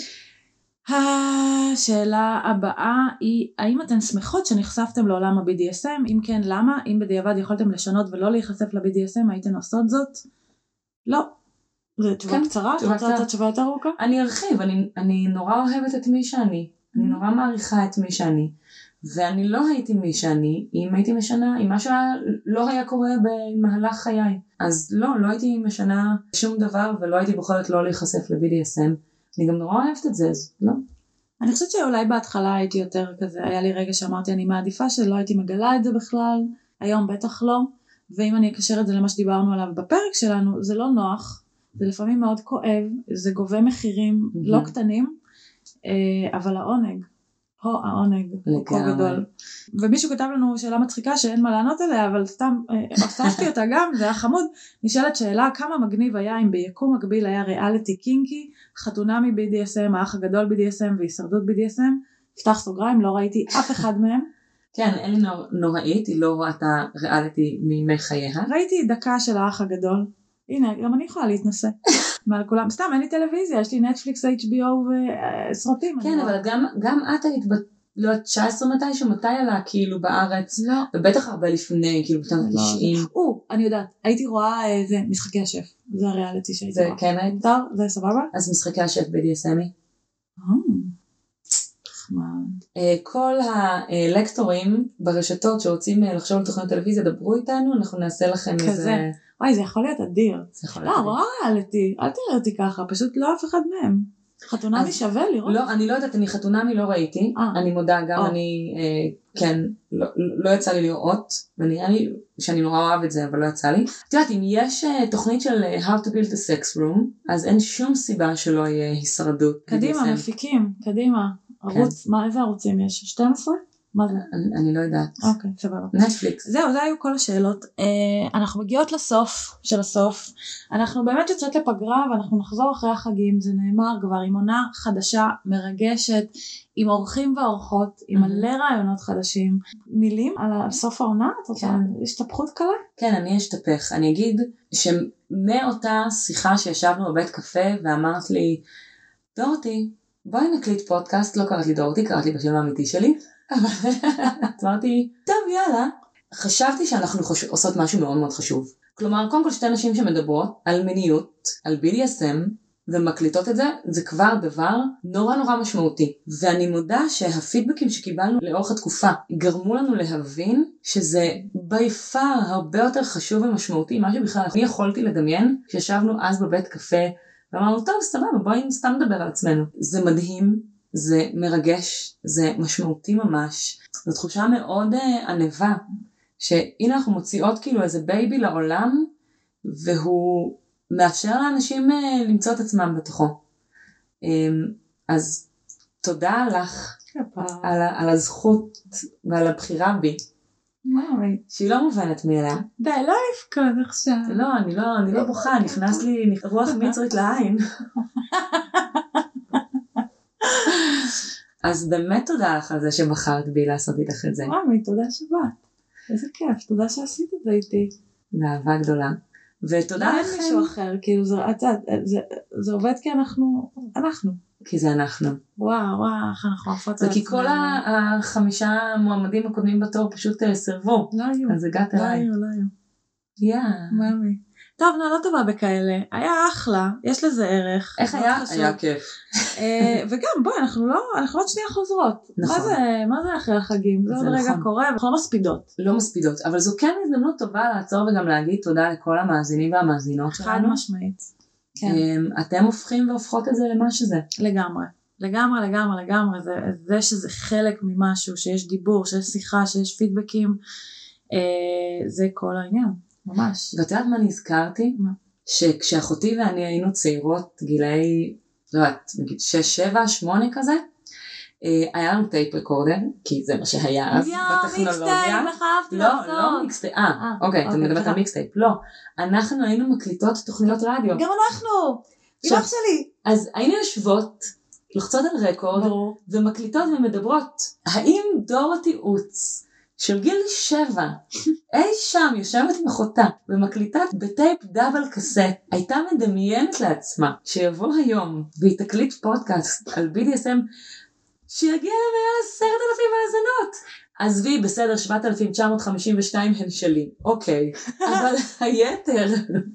השאלה הבאה היא, האם אתן שמחות שנחשפתם לעולם ה-בי די אס אם? אם כן, למה? אם בדיעבד יכולתם לשנות ולא להיחשף ל-בי די אס אם, הייתן עושות זאת? לא. זו תשובה כן, קצרה? את רוצה לתת תשובה יותר ארוכה? אני ארחיב, אני, אני נורא אוהבת את מי שאני, mm-hmm. אני נורא מעריכה את מי שאני, ואני לא הייתי מי שאני, אם הייתי משנה, אם משהו לא היה קורה במהלך חיי, אז לא, לא הייתי משנה שום דבר, ולא הייתי בוחרת לא להיחשף ל-בי די אס אם, אני גם נורא אוהבת את זה, אז לא. אני חושבת שאולי בהתחלה הייתי יותר כזה, היה לי רגע שאמרתי אני מעדיפה שלא הייתי מגלה את זה בכלל, היום בטח לא, ואם אני אקשר את זה למה שדיברנו עליו בפרק שלנו, זה לא נוח, זה לפעמים מאוד כואב, זה גובה מחירים mm-hmm. לא קטנים, אבל העונג, הו העונג, הוא כה גדול. ומישהו כתב לנו שאלה מצחיקה שאין מה לענות עליה, אבל סתם הוספתי אותה גם, זה היה חמוד, נשאלת שאלה כמה מגניב היה אם ביקום מקביל היה ריאליטי קינקי, חתונה מ-בי די אס אם, האח הגדול בי די אס אם והישרדות בי די אס אם, פתח סוגריים, לא ראיתי אף אחד מהם. כן, אין לי נוראית, היא לא ראתה ריאליטי מימי חייה. ראיתי דקה של האח הגדול. הנה, גם אני יכולה להתנסה. מעל כולם, סתם, אין לי טלוויזיה, יש לי נטפליקס, אייץ' בי או וסרטים. כן, אבל גם, גם את היית, לא, תשע עשרה מתי שמתי עלה, כאילו, בארץ. לא. ובטח הרבה לפני, כאילו, בשנות ה-תשעים. או, אני יודעת, הייתי רואה איזה משחקי השף. זה הריאליטי שהייתי רואה. זה כן היית? מותר? זה סבבה? אז משחקי השף ב-די אס אם. כל הלקטורים ברשתות שרוצים לחשוב על תוכניות טלוויזיה, דברו איתנו, אנחנו נעשה לכם איזה... וואי, זה יכול להיות אדיר. לא, רואה ריאליטי, אל תראה אותי ככה, פשוט לא אף אחד מהם. חתונמי שווה לראות? לא, אני לא יודעת, אני חתונמי לא ראיתי, אני מודה גם אני, כן, לא יצא לי לראות, ונראה לי שאני נורא אוהב את זה, אבל לא יצא לי. את יודעת, אם יש תוכנית של How to Build a Sex Room, אז אין שום סיבה שלא יהיה הישרדות. קדימה, מפיקים, קדימה. ערוץ, מה, איזה ערוצים יש? שתים עשרה? מה זה? אני, אני לא יודעת. אוקיי, סבבה. נטפליקס. זהו, זה היו כל השאלות. אה, אנחנו מגיעות לסוף של הסוף. אנחנו באמת יוצאות לפגרה, ואנחנו נחזור אחרי החגים, זה נאמר כבר, עם עונה חדשה, מרגשת, עם אורחים ואורחות, עם מלא רעיונות חדשים. מילים על סוף העונה? את רוצה השתפכות קלה? כן, אני אשתפך. אני אגיד שמאותה שיחה שישבנו בבית קפה, ואמרת לי, דורתי, בואי נקליט פודקאסט, לא קראת לי דורתי, קראת לי בשם האמיתי שלי. אמרתי, טוב יאללה, חשבתי שאנחנו חושב, עושות משהו מאוד מאוד חשוב. כלומר, קודם כל שתי נשים שמדברות על מיניות, על בי די אס אם, ומקליטות את זה, זה כבר דבר נורא נורא משמעותי. ואני מודה שהפידבקים שקיבלנו לאורך התקופה, גרמו לנו להבין שזה ביפר הרבה יותר חשוב ומשמעותי, מה שבכלל אני יכולתי לדמיין, כשישבנו אז בבית קפה, ואמרנו, טוב, סבבה, בואי סתם נדבר על עצמנו. זה מדהים, זה מרגש, זה משמעותי ממש. זו תחושה מאוד uh, ענבה, שהנה אנחנו מוציאות כאילו איזה בייבי לעולם, והוא מאפשר לאנשים uh, למצוא את עצמם בתוכו. Um, אז תודה לך על, על הזכות ועל הבחירה בי. שהיא לא מובנת מאליה. די, לא לפקוד עכשיו. לא, אני לא, אני לא בוכה, נכנס לי רוח מצרית לעין. אז באמת תודה לך על זה שבחרת בי לעשות איתך את זה. ממי, תודה שבאת. איזה כיף, תודה שעשית את זה איתי. באהבה גדולה. ותודה לכם. לא אין מישהו אחר, כאילו זה, זה, זה, זה עובד כי אנחנו, אנחנו. כי זה אנחנו. וואו, וואו, איך אנחנו עפות על עצמנו. וכי כל החמישה מועמדים הקודמים בתור פשוט סרבו. לא היו. אז הגעת לא אליי. היו, לא היו. יא. ממי. טוב, לא, לא טובה בכאלה. היה אחלה, יש לזה ערך. איך היה? היה כיף. וגם, בואי, אנחנו לא, אנחנו עוד שנייה חוזרות. נכון. מה זה, מה זה אחרי החגים? זה עוד רגע קורה, ואנחנו לא מספידות. לא מספידות, אבל זו כן הזדמנות טובה לעצור וגם להגיד תודה לכל המאזינים והמאזינות שלנו. חד משמעית. כן. אתם הופכים והופכות את זה למה שזה. לגמרי. לגמרי, לגמרי, לגמרי. זה, זה שזה חלק ממשהו, שיש דיבור, שיש שיחה, שיש פידבקים. זה כל העניין. ממש. ואת יודעת מה נזכרתי? מה? שכשאחותי ואני היינו צעירות, גילאי, לא יודעת, נגיד שש, שבע, שמונה כזה, היה לנו טייפ רקורדר, כי זה מה שהיה אז בטכנולוגיה. מיקסטייפ, לחפתי לא, לא מיקסטייפ, אה, אוקיי, אתה מדברת על מיקסטייפ, לא. אנחנו היינו מקליטות תוכניות רדיו. גם אנחנו, עם אח שלי. אז היינו יושבות, לוחצות על רקורד, ומקליטות ומדברות, האם דורותי אוץ, של גיל שבע, אי שם יושבת עם אחותה ומקליטת בטייפ דאבל קסט, הייתה מדמיינת לעצמה שיבוא היום והיא תקליט פודקאסט על בי די אס אם שיגיע למעל עשרת אלפים האזנות. עזבי, בסדר, שבעת אלפים תשע מאות חמישים ושתיים הן שלי, אוקיי, אבל היתר,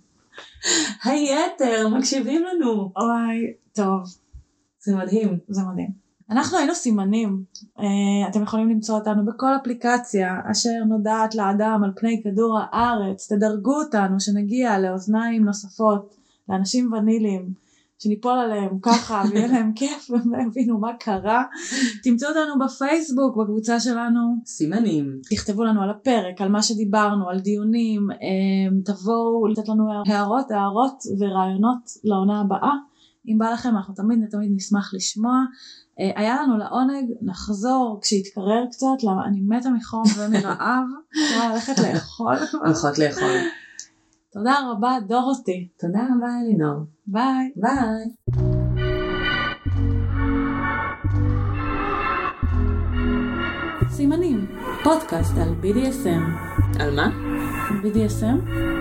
היתר מקשיבים לנו. אוי, טוב. זה מדהים. זה מדהים. אנחנו היינו סימנים, אתם יכולים למצוא אותנו בכל אפליקציה אשר נודעת לאדם על פני כדור הארץ, תדרגו אותנו שנגיע לאוזניים נוספות, לאנשים ונילים, שניפול עליהם ככה ויהיה להם כיף והם לא יבינו מה קרה. תמצאו אותנו בפייסבוק, בקבוצה שלנו סימנים, תכתבו לנו על הפרק, על מה שדיברנו, על דיונים, תבואו לתת לנו הערות, הערות ורעיונות לעונה הבאה. אם בא לכם, אנחנו תמיד תמיד נשמח לשמוע. היה לנו לעונג, נחזור כשיתקרר קצת, למה אני מתה מחום ומרעב, אפשר ללכת לאכול. הולכות לאכול. תודה רבה דורותי. תודה רבה אלינור. ביי. ביי. סימנים, פודקאסט על בי די אס אם. על מה? בי די אס אם?